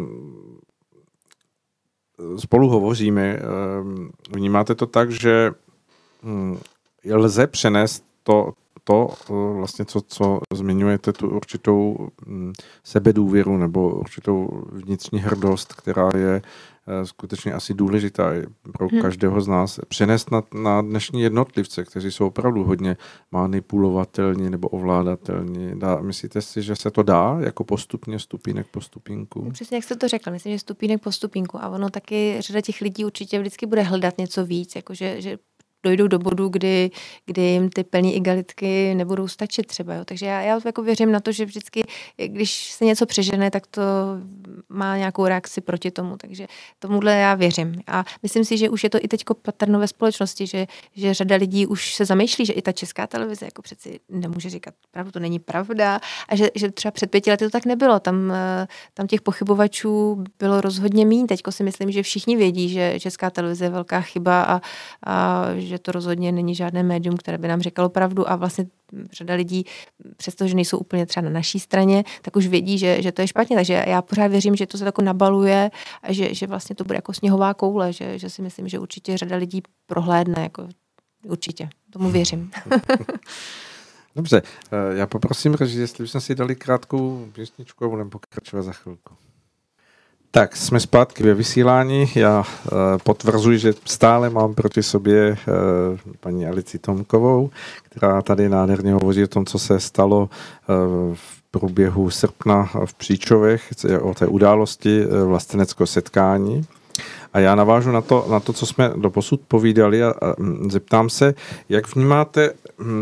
spolu hovoříme, vnímáte to tak, že lze přenést to vlastně, co zmiňujete, tu určitou sebedůvěru nebo určitou vnitřní hrdost, která je skutečně asi důležitá pro každého z nás, přenést na dnešní jednotlivce, kteří jsou opravdu hodně manipulovatelní nebo ovládatelní. Myslíte si, že se to dá jako postupně, stupínek po stupínku? Přesně jak jste to řekl, myslím, že stupínek po stupínku a ono taky řada těch lidí určitě vždycky bude hledat něco víc, jakože že dojdou do bodu, kdy jim ty plní igalitky nebudou stačit třeba. Jo. Takže já jako věřím na to, že vždycky, když se něco přežene, tak to má nějakou reakci proti tomu. Takže tomuhle já věřím. A myslím si, že už je to i teďko patrno ve společnosti, že řada lidí už se zamýšlí, že i ta Česká televize jako přeci nemůže říkat pravdu, to není pravda. A že třeba před 5 lety to tak nebylo. Tam těch pochybovačů bylo rozhodně míň. Teďko si myslím, že všichni vědí, že Česká televize je velká chyba a že to rozhodně není žádné médium, které by nám říkalo pravdu a vlastně řada lidí, přestože nejsou úplně třeba na naší straně, tak už vědí, že to je špatně. Takže já pořád věřím, že to se tako nabaluje a že vlastně to bude jako sněhová koule, že si myslím, že určitě řada lidí prohlédne, jako určitě. Tomu věřím. Dobře, já poprosím, jestli bychom si dali krátkou písničku a budeme pokračovat za chvilku. Tak, jsme zpátky ve vysílání. Já potvrzuji, že stále mám proti sobě paní Alici Tomkovou, která tady nádherně hovoří o tom, co se stalo v průběhu srpna v Příčovech, o té události vlasteneckého setkání. A já navážu na to, co jsme doposud povídali a zeptám se, jak vnímáte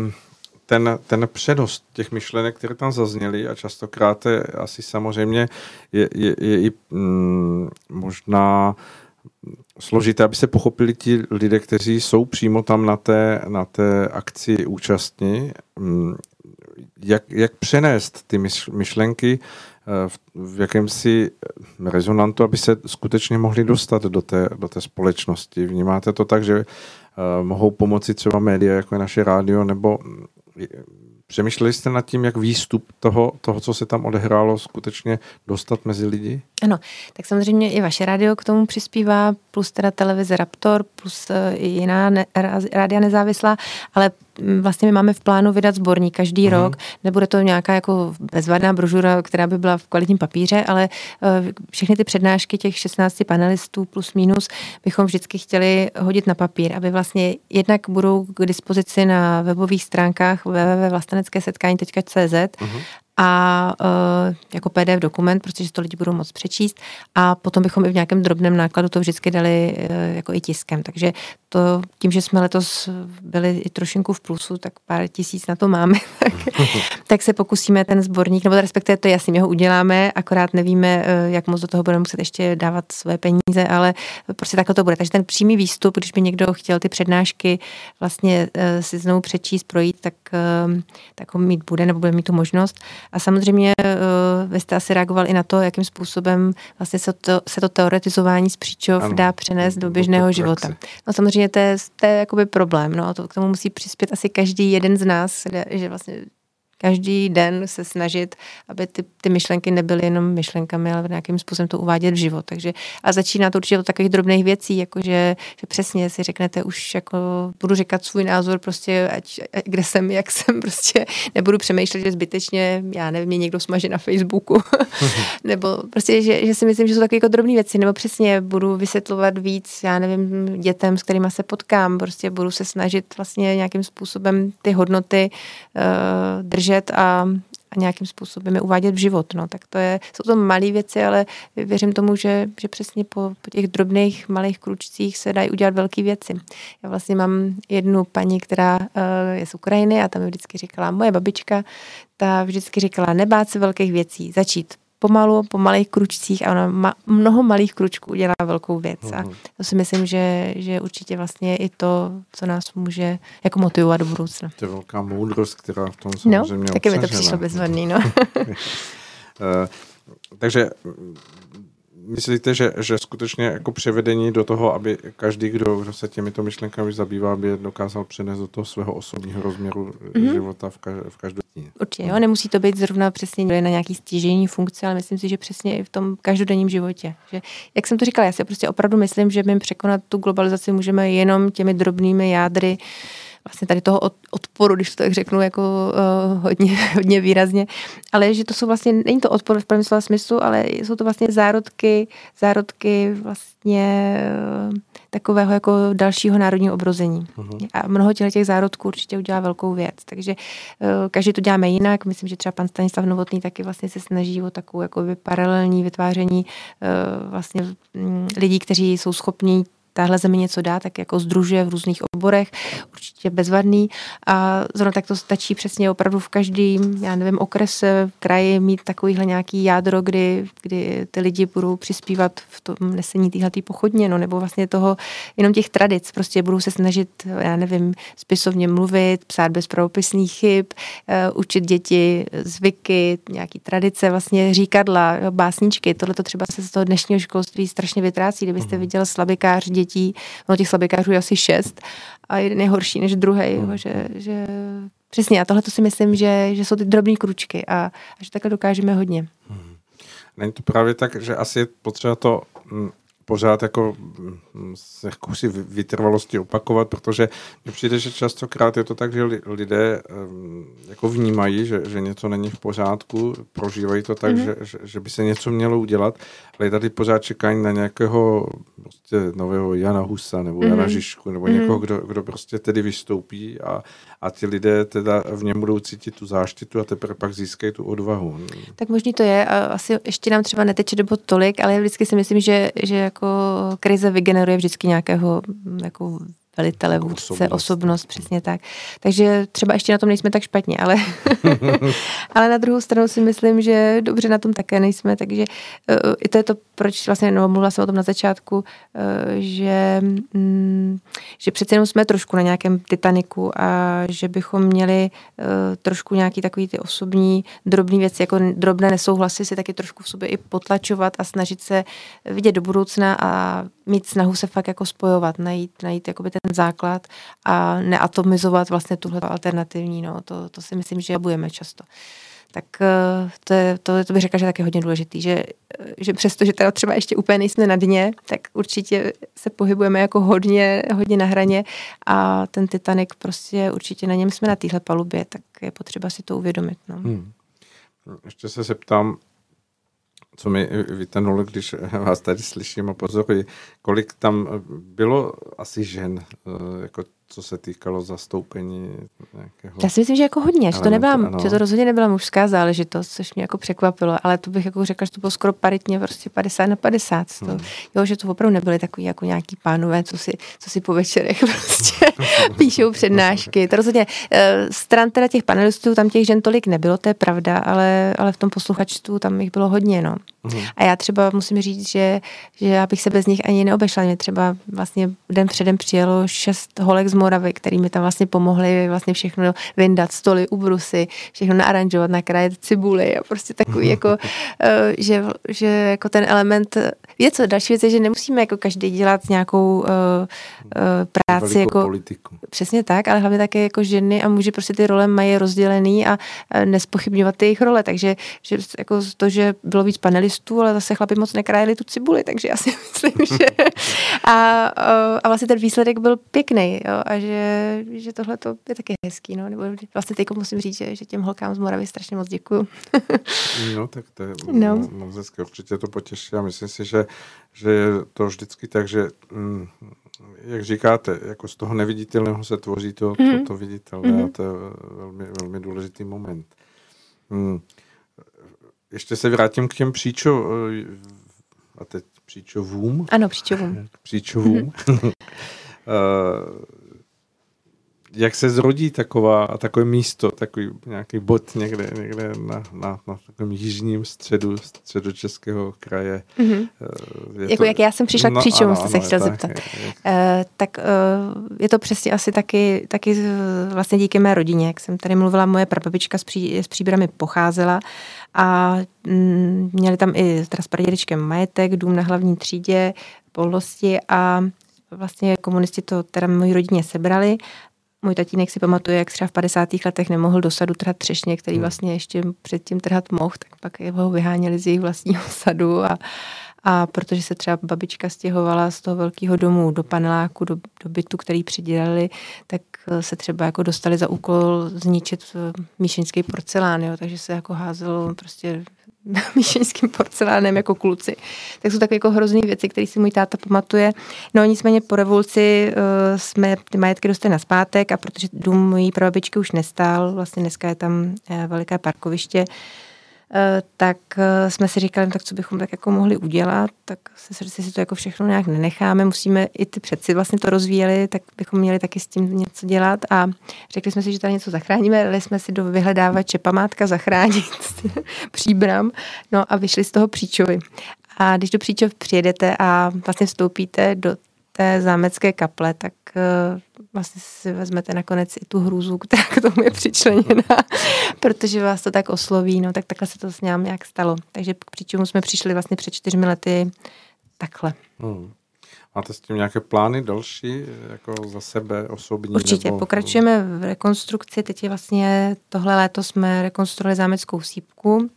ten přenos těch myšlenek, které tam zazněly a častokrát asi samozřejmě je i možná složité, aby se pochopili ti lidé, kteří jsou přímo tam na té akci účastní. Jak přenést ty myšlenky v jakémsi rezonantu, aby se skutečně mohli dostat do té společnosti. Vnímáte to tak, že mohou pomoci třeba média, jako je naše rádio, nebo přemýšleli jste nad tím, jak výstup toho, co se tam odehrálo, skutečně dostat mezi lidi? Ano, tak samozřejmě i vaše rádio k tomu přispívá, plus teda televize Raptor, plus i jiná rádia nezávislá, ale vlastně my máme v plánu vydat sborník každý rok. Nebude to nějaká jako bezvadná brožura, která by byla v kvalitním papíře, ale všechny ty přednášky těch 16 panelistů plus minus bychom vždycky chtěli hodit na papír, aby vlastně jednak budou k dispozici na webových stránkách www.vlasteneckésetkání.cz a jako PDF dokument, protože to lidi budou moct přečíst a potom bychom i v nějakém drobném nákladu to vždycky dali jako i tiskem. Takže to tím, že jsme letos byli i trošinku v plusu, tak pár tisíc na to máme, tak se pokusíme ten sborník, nebo respektive to jasně, my ho uděláme, akorát nevíme, jak moc do toho budeme muset ještě dávat své peníze, ale prostě takhle to bude. Takže ten přímý výstup, když by někdo chtěl ty přednášky vlastně si znovu přečíst, projít, tak ho mít bude, nebo bude mít tu možnost. A samozřejmě vy jste asi reagoval i na to, jakým způsobem vlastně se to teoretizování z Příčov dá přenést do běžného života. No samozřejmě to je jakoby problém, no, to k tomu musí přispět asi každý jeden z nás, že vlastně každý den se snažit, aby ty myšlenky nebyly jenom myšlenkami, ale nějakým způsobem to uvádět v život. Takže a začíná to určitě od takových drobných věcí, jakože že přesně si řeknete už jako budu říkat svůj názor prostě kde jsem, jak jsem prostě nebudu přemýšlet, že zbytečně, já nevím, mě někdo smaže na Facebooku. Nebo prostě, že si myslím, že jsou takové jako drobné věci, nebo přesně budu vysvětlovat víc, já nevím, dětem, s kterými se potkám, prostě budu se snažit vlastně nějakým způsobem ty hodnoty držet a nějakým způsobem je uvádět v život. No. Tak jsou to malé věci, ale věřím tomu, že přesně po těch drobných malých kručcích se dají udělat velké věci. Já vlastně mám jednu paní, která je z Ukrajiny a ta mi vždycky říkala, moje babička, ta vždycky říkala, nebát se velkých věcí, začít pomalu, po malých kručcích a ona mnoho malých kručků udělá velkou věc. A to si myslím, že určitě vlastně i to, co nás může jako motivovat do budoucna. To je velká moudrost, která v tom samozřejmě obsažena. Taky mi to přišlo bezvadný, no. Takže myslíte, že skutečně jako převedení do toho, aby každý, kdo se těmito myšlenkami zabývá, by dokázal přenést do toho svého osobního rozměru života v každém dní? Určitě, jo, nemusí to být zrovna přesně na nějaký stěžejní funkce, ale myslím si, že přesně i v tom každodenním životě. Že, jak jsem to říkala, já si prostě opravdu myslím, že my překonat tu globalizaci můžeme jenom těmi drobnými jádry vlastně tady toho odporu, když to tak řeknu jako hodně výrazně, ale že to jsou vlastně, není to odpor v prvním slova smyslu, ale jsou to vlastně zárodky vlastně takového jako dalšího národního obrození. A mnoho těch zárodků určitě udělá velkou věc. Takže každý to děláme jinak. Myslím, že třeba pan Stanislav Novotný taky vlastně se snaží o takovou jako paralelní vytváření vlastně lidí, kteří jsou schopní tahle zemi něco dá, tak jako sdružuje v různých oborech, určitě bezvadný a zrovna tak to stačí přesně opravdu v každém, já nevím, okrese, kraji mít takovýhle nějaký jádro, kdy ty lidi budou přispívat v tom nesení téhletý pochodně, no, nebo vlastně toho, jenom těch tradic, prostě budou se snažit, já nevím, spisovně mluvit, psát bez pravopisných chyb, učit děti zvyky, nějaký tradice, vlastně říkadla, básničky, tohle to třeba se z toho dnešního školství strašně vytrácí, kdybyste viděl slabikář dětí, no těch slabikářů je asi 6 a jeden je horší než druhej, že přesně a tohle to si myslím, že jsou ty drobné kručky a že takhle dokážeme hodně. Není to právě tak, že asi je potřeba to pořád jako s jakousi vytrvalostí opakovat, protože mně přijde, že častokrát je to tak, že lidé jako vnímají, že něco není v pořádku, prožívají to tak, že by se něco mělo udělat, ale je tady pořád čekání na nějakého prostě nového Jana Husa nebo Jana Žižku nebo někoho, kdo prostě tedy vystoupí a ti lidé teda v něm budou cítit tu záštitu a teprve pak získají tu odvahu. Tak možný to je. A asi ještě nám třeba neteče do bod tolik, ale vždycky si myslím, že jako krize vygeneruje vždycky nějakého jako velitele, vůdce, osobnost, přesně tak. Takže třeba ještě na tom nejsme tak špatně, ale na druhou stranu si myslím, že dobře na tom také nejsme, takže i to je to, proč vlastně, mluvila jsem o tom na začátku, že přece jenom jsme trošku na nějakém Titaniku a že bychom měli trošku nějaký takový ty osobní drobné věci, jako drobné nesouhlasy si taky trošku v sobě i potlačovat a snažit se vidět do budoucna a mít snahu se fakt jako spojovat, najít jakoby ten základ a neatomizovat vlastně tuhle alternativní, no, to si myslím, že jabujeme často. Tak to bych řekla, že je taky hodně důležitý, že přesto, že teda třeba ještě úplně nejsme na dně, tak určitě se pohybujeme jako hodně na hraně a ten Titanic prostě určitě na něm jsme na téhle palubě, tak je potřeba si to uvědomit. No. Ještě se zeptám, co mi vytanulo, když vás tady slyším a pozoruji, kolik tam bylo asi žen, jako co se týkalo zastoupení nějakého... Já si myslím, že jako hodně, že to rozhodně nebyla mužská záležitost, což mě jako překvapilo, ale to bych jako řekla, že to bylo skoro paritně prostě 50/50. Jo, že to opravdu nebyly takový jako nějaký pánové, co si po večerech prostě píšou přednášky. To rozhodně stran teda těch panelistů, tam těch žen tolik nebylo, to je pravda, ale v tom posluchačstvu tam jich bylo hodně, no. A já třeba musím říct, že já bych se bez nich ani neobešla. Mě třeba vlastně den předem přijelo 6 holek z Moravy, který mi tam vlastně pomohli vlastně všechno vyndat, stoly, ubrusy, všechno naaranžovat, nakrájet cibuly a prostě takový jako, že jako ten element, další věc je, že nemusíme jako každý dělat nějakou práci jako politiku. Přesně tak, ale hlavně také jako ženy a muži prostě ty role mají rozdělený a nespochybňovat ty jejich role, takže že jako to, že bylo víc panelistů, ale zase chlapi moc nekrájeli tu cibuli, takže já si myslím, že a vlastně ten výsledek byl pěkný, jo, a že tohle to je taky hezký, no, nebo vlastně teď musím říct, že těm holkám z Moravy strašně moc děkuju. No, tak to je moc hezké, určitě to potěší a myslím si, že je to vždycky tak, že jak říkáte, jako z toho neviditelného se tvoří to viditelné a to je velmi, velmi důležitý moment. Ještě se vrátím k těm a teď příčovům. Ano, příčovům. Příčovům. Jak se zrodí takové místo, takový nějaký bod někde na takovém jižním středu českého kraje. Jako jak já jsem přišla k příčovům, jste se chtěl zeptat. Tak je to přesně asi taky vlastně díky mé rodině. Jak jsem tady mluvila, moje prababička z Příbrami pocházela a měli tam i s pradědečkem majetek, dům na Hlavní třídě, polnosti a vlastně komunisti to teda mojí rodině sebrali. Můj tatínek si pamatuje, jak třeba v 50. letech nemohl do sadu trhat třešně, který vlastně ještě předtím trhat mohl, tak pak ho vyháněli z jejich vlastního sadu a protože se třeba babička stěhovala z toho velkého domu do paneláku, do bytu, který přidělali, tak se třeba jako dostali za úkol zničit míšeňský porcelán, jo, takže se jako házelo prostě míšeňským porcelánem jako kluci. Tak jsou takové jako hrozný věci, které si můj táta pamatuje. No nicméně po revoluci jsme ty majetky dostali nazpátek a protože dům mojí prababičky už nestál, vlastně dneska je tam veliké parkoviště, tak jsme si říkali, tak co bychom tak jako mohli udělat, tak si to jako všechno nějak nenecháme, musíme i ty předci vlastně to rozvíjeli, tak bychom měli taky s tím něco dělat a řekli jsme si, že tady něco zachráníme, dali jsme si do vyhledávače památka zachránit Příbram, no a vyšli z toho Příčovy. A když do Příčov přijedete a vlastně vstoupíte do té zámecké kaple, tak vlastně si vezmete nakonec i tu hrůzu, která k tomu je přičleněná, protože vás to tak osloví, no tak takhle se to s námi nějak stalo. Takže k Příčovu jsme přišli vlastně před 4 lety takhle. Máte s tím nějaké plány další, jako za sebe osobní? Určitě, pokračujeme v rekonstrukci. Teď je vlastně tohle léto jsme rekonstruovali zámeckou sýpku.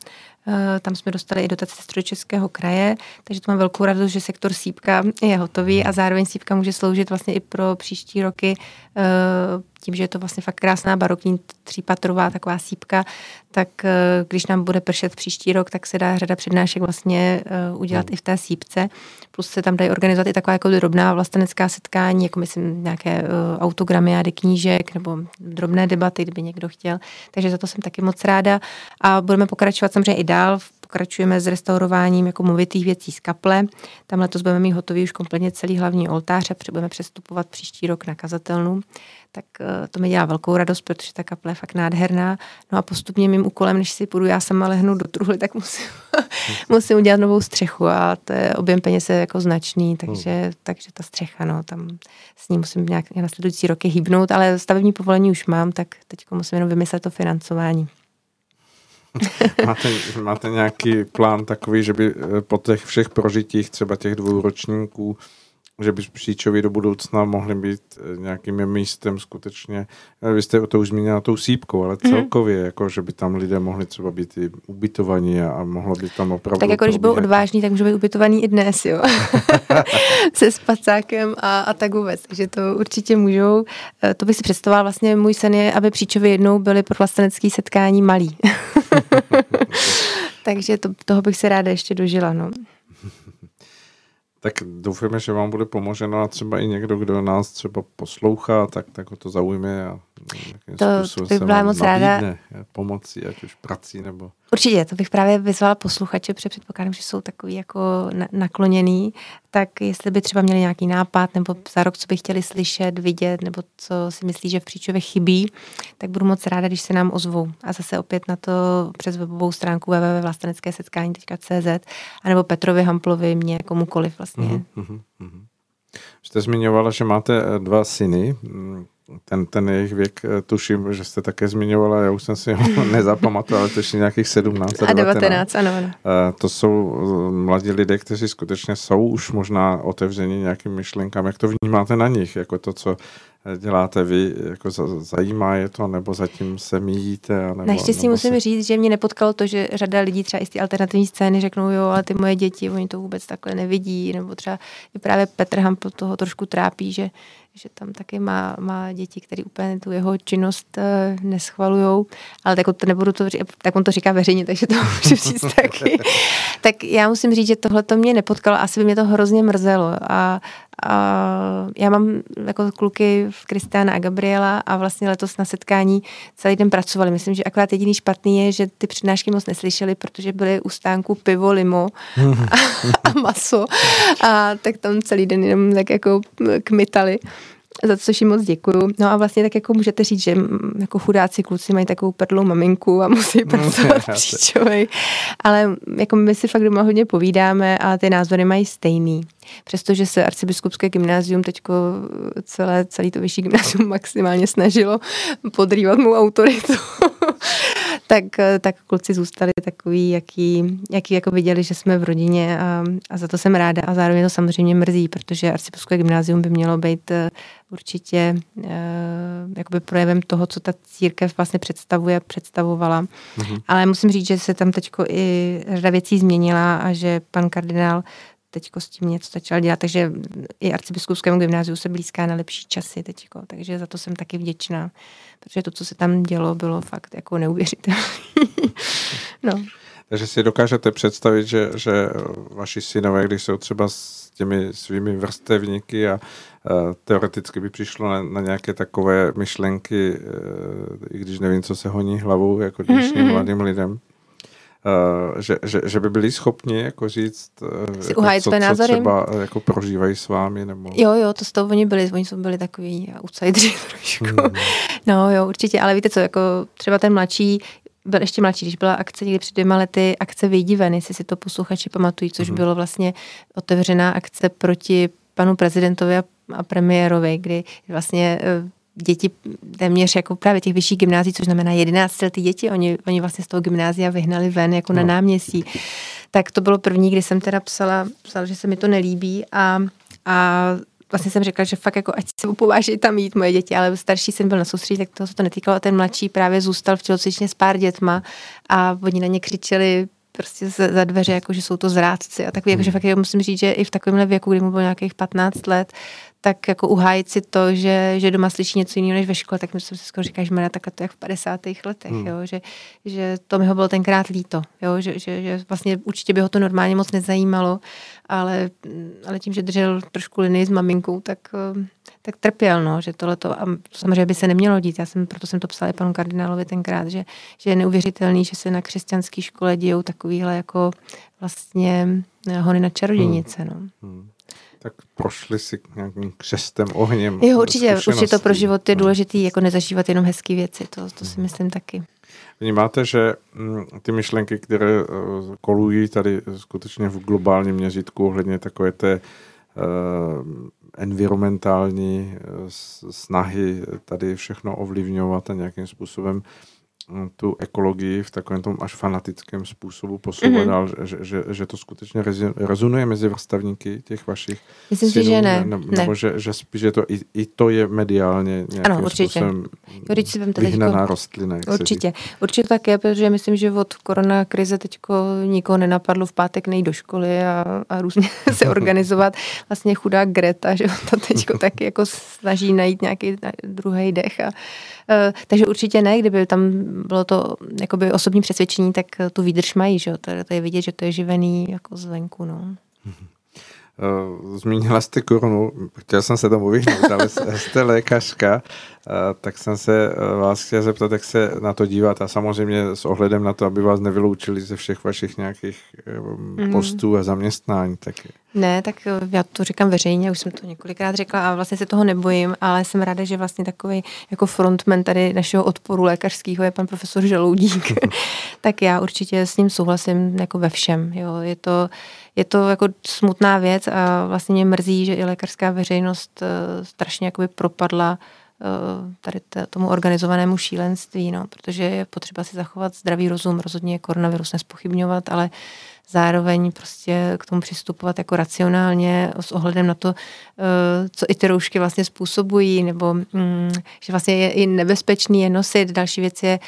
Tam jsme dostali i dotace ze Středočeského kraje, takže to mám velkou radost, že sektor sýpka je hotový a zároveň sýpka může sloužit vlastně i pro příští roky tím, že je to vlastně fakt krásná barokní 3patrová taková sýpka, tak když nám bude pršet příští rok, tak se dá řada přednášek vlastně udělat i v té sýpce. Plus se tam dají organizovat i taková jako drobná vlastenecká setkání, jako myslím nějaké autogramiády knížek nebo drobné debaty, kdyby někdo chtěl. Takže za to jsem taky moc ráda a budeme pokračovat samozřejmě i dál. Pokračujeme s restaurováním jako movitých věcí z kaple. Tam letos budeme mít hotový už kompletně celý hlavní oltář a budeme přestupovat příští rok na kazatelnu. Tak to mi dělá velkou radost, protože ta kaple je fakt nádherná. No a postupně mým úkolem, než si půjdu já sama lehnout do truhly, tak musím udělat novou střechu a to je objem peněz je jako značný, takže ta střecha, no, tam s ní musím nějak následující roky hýbnout, ale stavební povolení už mám, tak teď musím jenom vymyslet to financování. Máte nějaký plán takový, že by po těch všech prožitích, třeba těch 2 ročníků, že by Příčovy do budoucna mohly být nějakým místem skutečně, vy jste to už zmínila tou sýpkou, ale celkově, jako, že by tam lidé mohli třeba být i ubytovaní a mohlo by tam opravdu tak jako když byl odvážný, tak může být ubytovaný i dnes, jo. Se spacákem a tak vůbec. Takže to určitě můžou. To bych si představovala, vlastně můj sen je, aby Příčovy jednou byly pro vlastenecké setkání malý. Takže toho bych se ráda ještě dožila, no. Tak doufáme, že vám bude pomoženo a třeba i někdo, kdo nás třeba poslouchá, tak ho to zaujme a to bych byla moc ráda pomoci, ať už prací nebo... Určitě, to bych právě vyzvala posluchače, protože předpokládám, že jsou takový jako nakloněný, tak jestli by třeba měli nějaký nápad nebo za rok, co by chtěli slyšet, vidět, nebo co si myslí, že v Příčově chybí, tak budu moc ráda, když se nám ozvou. A zase opět na to přes webovou stránku www.vlasteneckésetkání.cz anebo Petrovi Hamplovi, mě komukoliv vlastně. Jste zmiňovala, že máte 2 syny. Ten jejich věk, tuším, že jste také zmiňovala, já už jsem si ho nezapamatoval, ale to je nějakých 17 a 19, ano. To jsou mladí lidé, kteří skutečně jsou už možná otevření nějakým myšlenkám. Jak to vnímáte na nich? Jako to, co děláte vy, jako zajímá je to, nebo zatím se míjíte? Naštěstí musím říct, že mě nepotkalo to, že řada lidí třeba i z té alternativní scény řeknou, jo, ale ty moje děti, oni to vůbec takhle nevidí, nebo třeba i právě Petr Hampl toho trošku trápí, že tam taky má děti, které úplně tu jeho činnost neschvalujou, ale tak to nebudu to říct, tak on to říká veřejně, takže to můžu říct taky. Tak já musím říct, že tohle to mě nepotkalo, asi by mě to hrozně mrzelo a já mám jako kluky Kristiána a Gabriela a vlastně letos na setkání celý den pracovali. Myslím, že akorát jediný špatný je, že ty přednášky moc neslyšeli, protože byly u stánku pivo, limo a maso a tak tam celý den jenom tak jako kmitali. Za to, což jim moc děkuju. No a vlastně tak jako můžete říct, že jako chudáci kluci mají takovou perlou maminku a musí pracovat Příčovej. Ale jako my si fakt doma hodně povídáme a ty názory mají stejný. Přestože se Arcibiskupské gymnázium teďko celý to vyšší gymnázium maximálně snažilo podrývat mou autoritu. tak kluci zůstali takový, jaký jako viděli, že jsme v rodině a za to jsem ráda a zároveň to samozřejmě mrzí, protože Arcibiskupské gymnázium by mělo být určitě jakoby projevem toho, co ta církev vlastně představovala. Ale musím říct, že se tam teďko i řada věcí změnila a že pan kardinál teďko s tím něco začal dělat, takže i Arcibiskupskému gymnáziu se blízká na lepší časy teďko, takže za to jsem taky vděčná, protože to, co se tam dělo, bylo fakt jako neuvěřitelné. No. Takže si dokážete představit, že vaši synové, když jsou třeba s těmi svými vrstevníky a teoreticky by přišlo na nějaké takové myšlenky, i když nevím, co se honí hlavou jako dnešním mladým lidem, že by byli schopni jako říct, jako co třeba jako prožívají s vámi? Nebo... Jo, to s toho oni jsou byli takový outsideri trošku. No jo, určitě, ale víte co, jako třeba ten mladší, byl ještě mladší, když byla akce někdy před 2 lety, akce Vyjdi ven, jestli si to posluchači pamatují, což bylo vlastně otevřená akce proti panu prezidentovi a premiérovi, kdy vlastně děti téměř jako právě těch vyšších gymnázií, což znamená 11letý děti, oni vlastně z toho gymnázia vyhnali ven jako na náměstí. Tak to bylo první, kdy jsem teda psala, že se mi to nelíbí a vlastně jsem řekla, že fakt jako ať se opovážejí tam jít moje děti, ale starší syn byl na soustředí, tak toho se to netýkalo a ten mladší právě zůstal v tělocvičně s pár dětma a oni na ně křičeli prostě za dveře, jako že jsou to zrádci a takový, jakože fakt musím říct, že i v takovémhle věku, kdy mu bylo nějakých 15 let, tak jako uhájit si to, že doma slyší něco jiného než ve škole, tak myslím si skoro říkáš, že takhle to jak v 50. letech, jo? Že to mi ho bylo tenkrát líto, jo? Že vlastně určitě by ho to normálně moc nezajímalo, ale tím, že držel trošku linii s maminkou, tak trpěl, no, že tohleto, a samozřejmě by se nemělo dít, proto jsem to psala i panu kardinálovi tenkrát, že je neuvěřitelný, že se na křesťanské škole dějou takovýhle jako vlastně hony na čarodějnice, no. Tak prošli si nějakým křestem, ohněm. Jo, určitě to pro život je důležitý, jako nezažívat jenom hezký věci, to si myslím taky. Vnímáte, že ty myšlenky, které kolují tady skutečně v globálním měřítku ohledně takové té environmentální snahy tady všechno ovlivňovat a nějakým způsobem tu ekologii v takovém tom až fanatickém způsobu posouvat dál, že to skutečně rezonuje mezi vrstavníky těch vašich Myslím synů, si, že ne. Nebo že spíš je to i to je mediálně nějakým způsobem vyhnaná rostlina. Určitě tak je, protože myslím, že od koronakrize teďko nikoho nenapadlo v pátek nejít do školy a různě se organizovat. Vlastně chudá Greta, že to teďko taky jako snaží najít nějaký druhý dech. Takže určitě ne, kdyby tam bylo to jakoby osobní přesvědčení, tak tu výdrž mají, že jo? To je vidět, že to je živený jako zvenku, no. Zmínila jste korunu, chtěl jsem se tomu vyhnout, ale jste lékařka, tak jsem se vás chtěl zeptat, jak se na to dívat a samozřejmě s ohledem na to, aby vás nevyloučili ze všech vašich nějakých postů a zaměstnání. Ne, tak já to říkám veřejně, už jsem to několikrát řekla a vlastně se toho nebojím, ale jsem ráda, že vlastně takový jako frontman tady našeho odporu lékařského je pan profesor Žaloudík. Tak já určitě s ním souhlasím jako ve všem. Jo. Je to jako smutná věc a vlastně mě mrzí, že i lékařská veřejnost strašně jakoby propadla tady tomu organizovanému šílenství, no, protože je potřeba si zachovat zdravý rozum, rozhodně koronavirus nespochybňovat, ale zároveň prostě k tomu přistupovat jako racionálně s ohledem na to, co i ty roušky vlastně způsobují, nebo že vlastně je i nebezpečný je nosit. Další věc je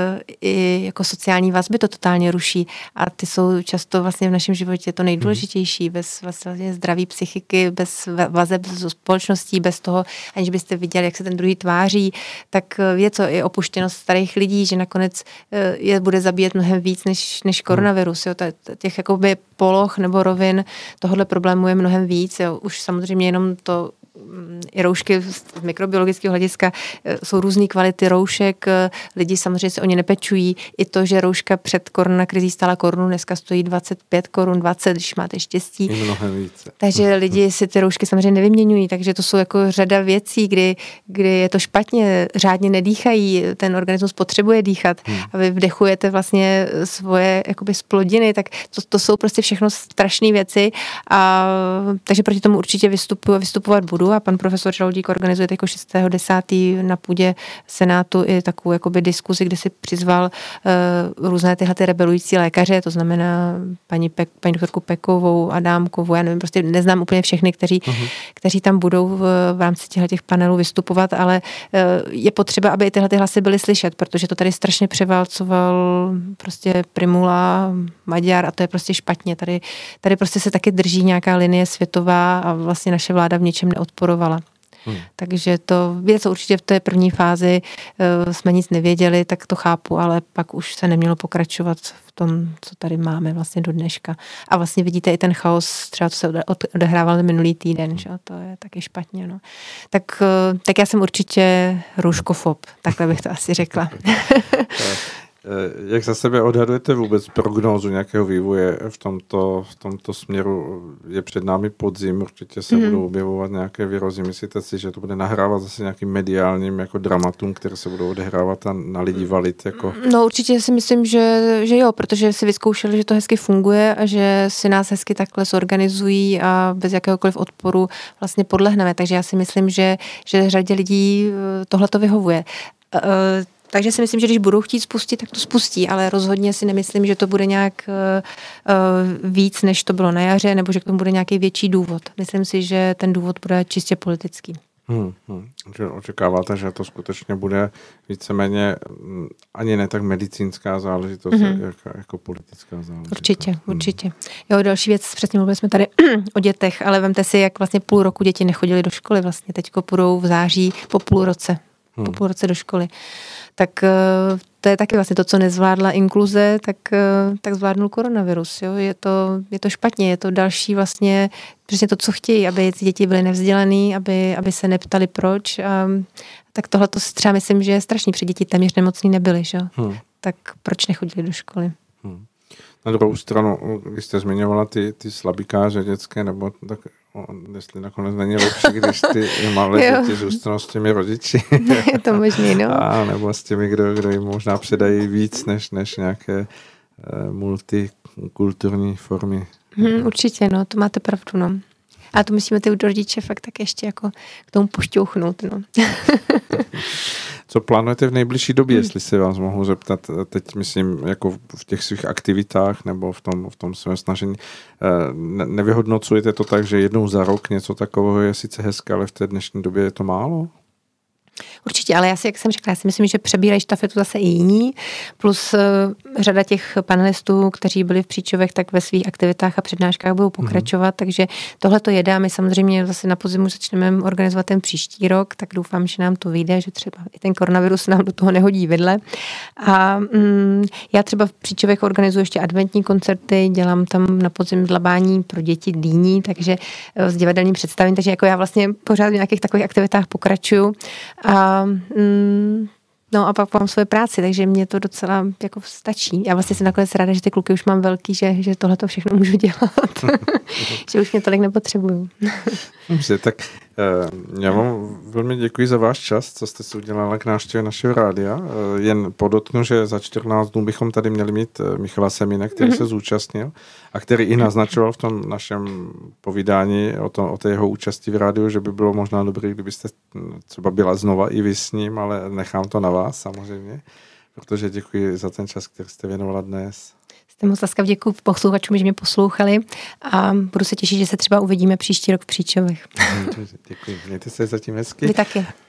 i jako sociální vazby to totálně ruší a ty jsou často vlastně v našem životě to nejdůležitější. Bez vlastně zdraví psychiky, bez vazeb s společností, bez toho, aniž byste viděli, jak se ten druhý tváří, tak je co i opuštěnost starých lidí, že nakonec je bude zabíjet mnohem víc než koronavirus. Jo. Těch jakoby poloh nebo rovin tohohle problému je mnohem víc. Jo. Už samozřejmě jenom to i roušky z mikrobiologického hlediska jsou různé kvality roušek, lidi samozřejmě se o ně nepečují. I to, že rouška před koronakrizí stála korunu, dneska stojí 25 korun, 20, když máte štěstí. I mnohem více. Takže lidi si ty roušky samozřejmě nevyměňují, takže to jsou jako řada věcí, kdy je to špatně, řádně nedýchají, ten organismus potřebuje dýchat a vy vdechujete vlastně svoje jakoby zplodiny, tak to jsou prostě všechno strašné věci a takže proti tomu určitě vystupovat budu a pan profesor Žaloudík organizuje jako 6.10. na půdě Senátu i takovou jakoby diskuzi, kde si přizval různé tyhle rebelující lékaře, to znamená paní doktorku Pekovou, Adámkovou, já nevím, prostě neznám úplně všechny, kteří tam budou v rámci těch panelů vystupovat, ale je potřeba, aby i tyhle hlasy byly slyšet, protože to tady strašně převálcoval prostě Primula, Maďar a to je prostě špatně. Tady prostě se taky drží nějaká linie světová a vlastně naše vláda v něčem neodporovala. Takže to věc určitě v té první fázi jsme nic nevěděli, tak to chápu, ale pak už se nemělo pokračovat v tom, co tady máme vlastně do dneška. A vlastně vidíte i ten chaos, třeba co se odehrával minulý týden, že? To je taky špatně. No. Tak já jsem určitě rouškofob, takhle bych to asi řekla. Jak za sebe odhadujete vůbec prognózu nějakého vývoje v tomto směru? Je před námi podzim, určitě se budou objevovat nějaké výrozy. Myslíte si, že to bude nahrávat zase nějakým mediálním jako dramatům, které se budou odehrávat a na lidi valit? Jako... No určitě si myslím, že jo, protože si vyzkoušeli, že to hezky funguje a že si nás hezky takhle zorganizují a bez jakéhokoliv odporu vlastně podlehneme. Takže já si myslím, že řadě lidí tohle to vyhovuje. Takže si myslím, že když budou chtít spustit, tak to spustí, ale rozhodně si nemyslím, že to bude nějak víc, než to bylo na jaře, nebo že k tomu bude nějaký větší důvod. Myslím si, že ten důvod bude čistě politický. Očekáváte, že to skutečně bude víceméně ani ne tak medicínská záležitost, jako politická záležitost. Určitě. Jo, další věc, přesně mluvili jsme tady o dětech, ale vemte si, jak vlastně půl roku děti nechodily do školy, vlastně teďko půjdou v září po půl roce do školy. Tak to je taky vlastně to, co nezvládla inkluze, tak zvládnul koronavirus. Jo? Je to špatně, je to další vlastně přesně to, co chtějí, aby děti byly nevzdělaný, aby se neptali proč. Tak tohle to třeba myslím, že je strašný, protože děti téměř nemocný nebyly. Že? Tak proč nechodili do školy? Na druhou stranu, když jste zmiňovala ty slabikáře dětské, nebo tak jestli nakonec není lepší, když ty malé děti zůstanou s těmi rodiči. Je to možný, no. A nebo s těmi, kdo jim možná předají víc, než nějaké multikulturní formy. Určitě, no, to máte pravdu, no. A to musíme ty rodiče fakt tak ještě jako k tomu pošťouchnout, no. Co plánujete v nejbližší době, jestli se vás mohu zeptat, teď myslím, jako v těch svých aktivitách nebo v tom svém snažení, nevyhodnocujete to tak, že jednou za rok něco takového je sice hezké, ale v té dnešní době je to málo? Určitě, ale jak jsem řekla, já si myslím, že přebírají štafetu zase i jiní, plus řada těch panelistů, kteří byli v Příčovech, tak ve svých aktivitách a přednáškách budou pokračovat, takže tohle to jede a my samozřejmě zase na podzimu začneme organizovat ten příští rok, tak doufám, že nám to vyjde, že třeba i ten koronavirus nám do toho nehodí vidle. A já třeba v Příčovech organizuji ještě adventní koncerty, dělám tam na podzim dlabání pro děti dýní, takže s divadelním představením, takže jako já vlastně pořád v nějakých takových aktivitách pokračuju. No a pak mám svoje práci, takže mě to docela jako stačí. Já vlastně jsem nakonec ráda, že ty kluky už mám velký, že tohle to všechno můžu dělat. Že už mě tolik nepotřebuju. Dobře, tak já vám velmi děkuji za váš čas, co jste si udělala k návštěvě našeho rádia. Jen podotknu, že za 14 dnů bychom tady měli mít Michala Semína, který se zúčastnil a který i naznačoval v tom našem povídání o té jeho účasti v rádiu, že by bylo možná dobré, kdybyste třeba byla znova i vy s ním, ale nechám to na vás samozřejmě, protože děkuji za ten čas, který jste věnovala dnes. Jste moc laskav, děkuji posluchačům, že mě poslouchali a budu se těšit, že se třeba uvidíme příští rok v Příčovech. Děkuji, mějte se zatím hezky. Vy taky.